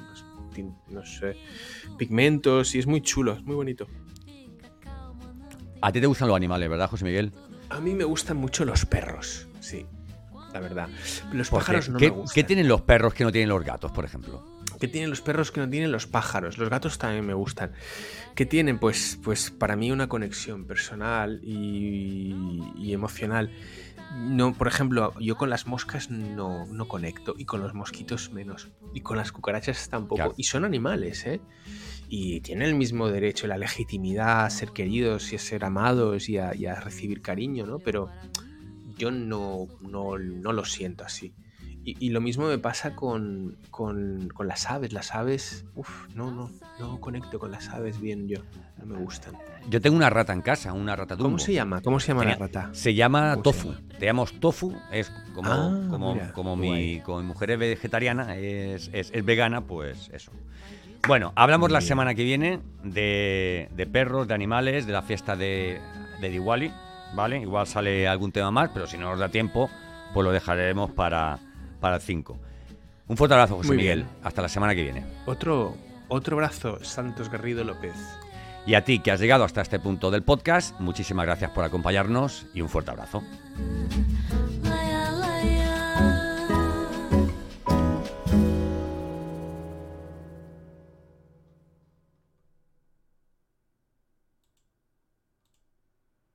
pigmentos y es muy chulo, es muy bonito.
A ti te gustan los animales, ¿verdad, José Miguel?
A mí me gustan mucho los perros, sí, la verdad. Los pájaros no me gustan.
¿Qué tienen los perros que no tienen los gatos, por ejemplo?
¿Qué tienen los perros que no tienen los pájaros? Los gatos también me gustan. ¿Qué tienen? Pues para mí una conexión personal y emocional. No, por ejemplo, yo con las moscas no conecto y con los mosquitos menos. Y con las cucarachas tampoco. Claro. Y son animales, ¿eh? Y tienen el mismo derecho y la legitimidad a ser queridos y a ser amados y a recibir cariño, ¿no? Pero yo no lo siento así. Y lo mismo me pasa con las aves. Las aves, no conecto con las aves bien yo. No me gustan.
Yo tengo una rata en casa, una rata Dumbo.
¿Cómo se llama la rata?
Se llama Tofu. Te llamamos Tofu, es como mi mujer es vegetariana, es vegana, pues eso. Bueno, hablamos la semana que viene de perros, de animales, de la fiesta de Diwali, ¿vale? Igual sale algún tema más, pero si no nos da tiempo, pues lo dejaremos para el 5. Un fuerte abrazo, José Miguel. Hasta la semana que viene.
Otro abrazo, Santos Garrido López.
Y a ti, que has llegado hasta este punto del podcast, muchísimas gracias por acompañarnos y un fuerte abrazo.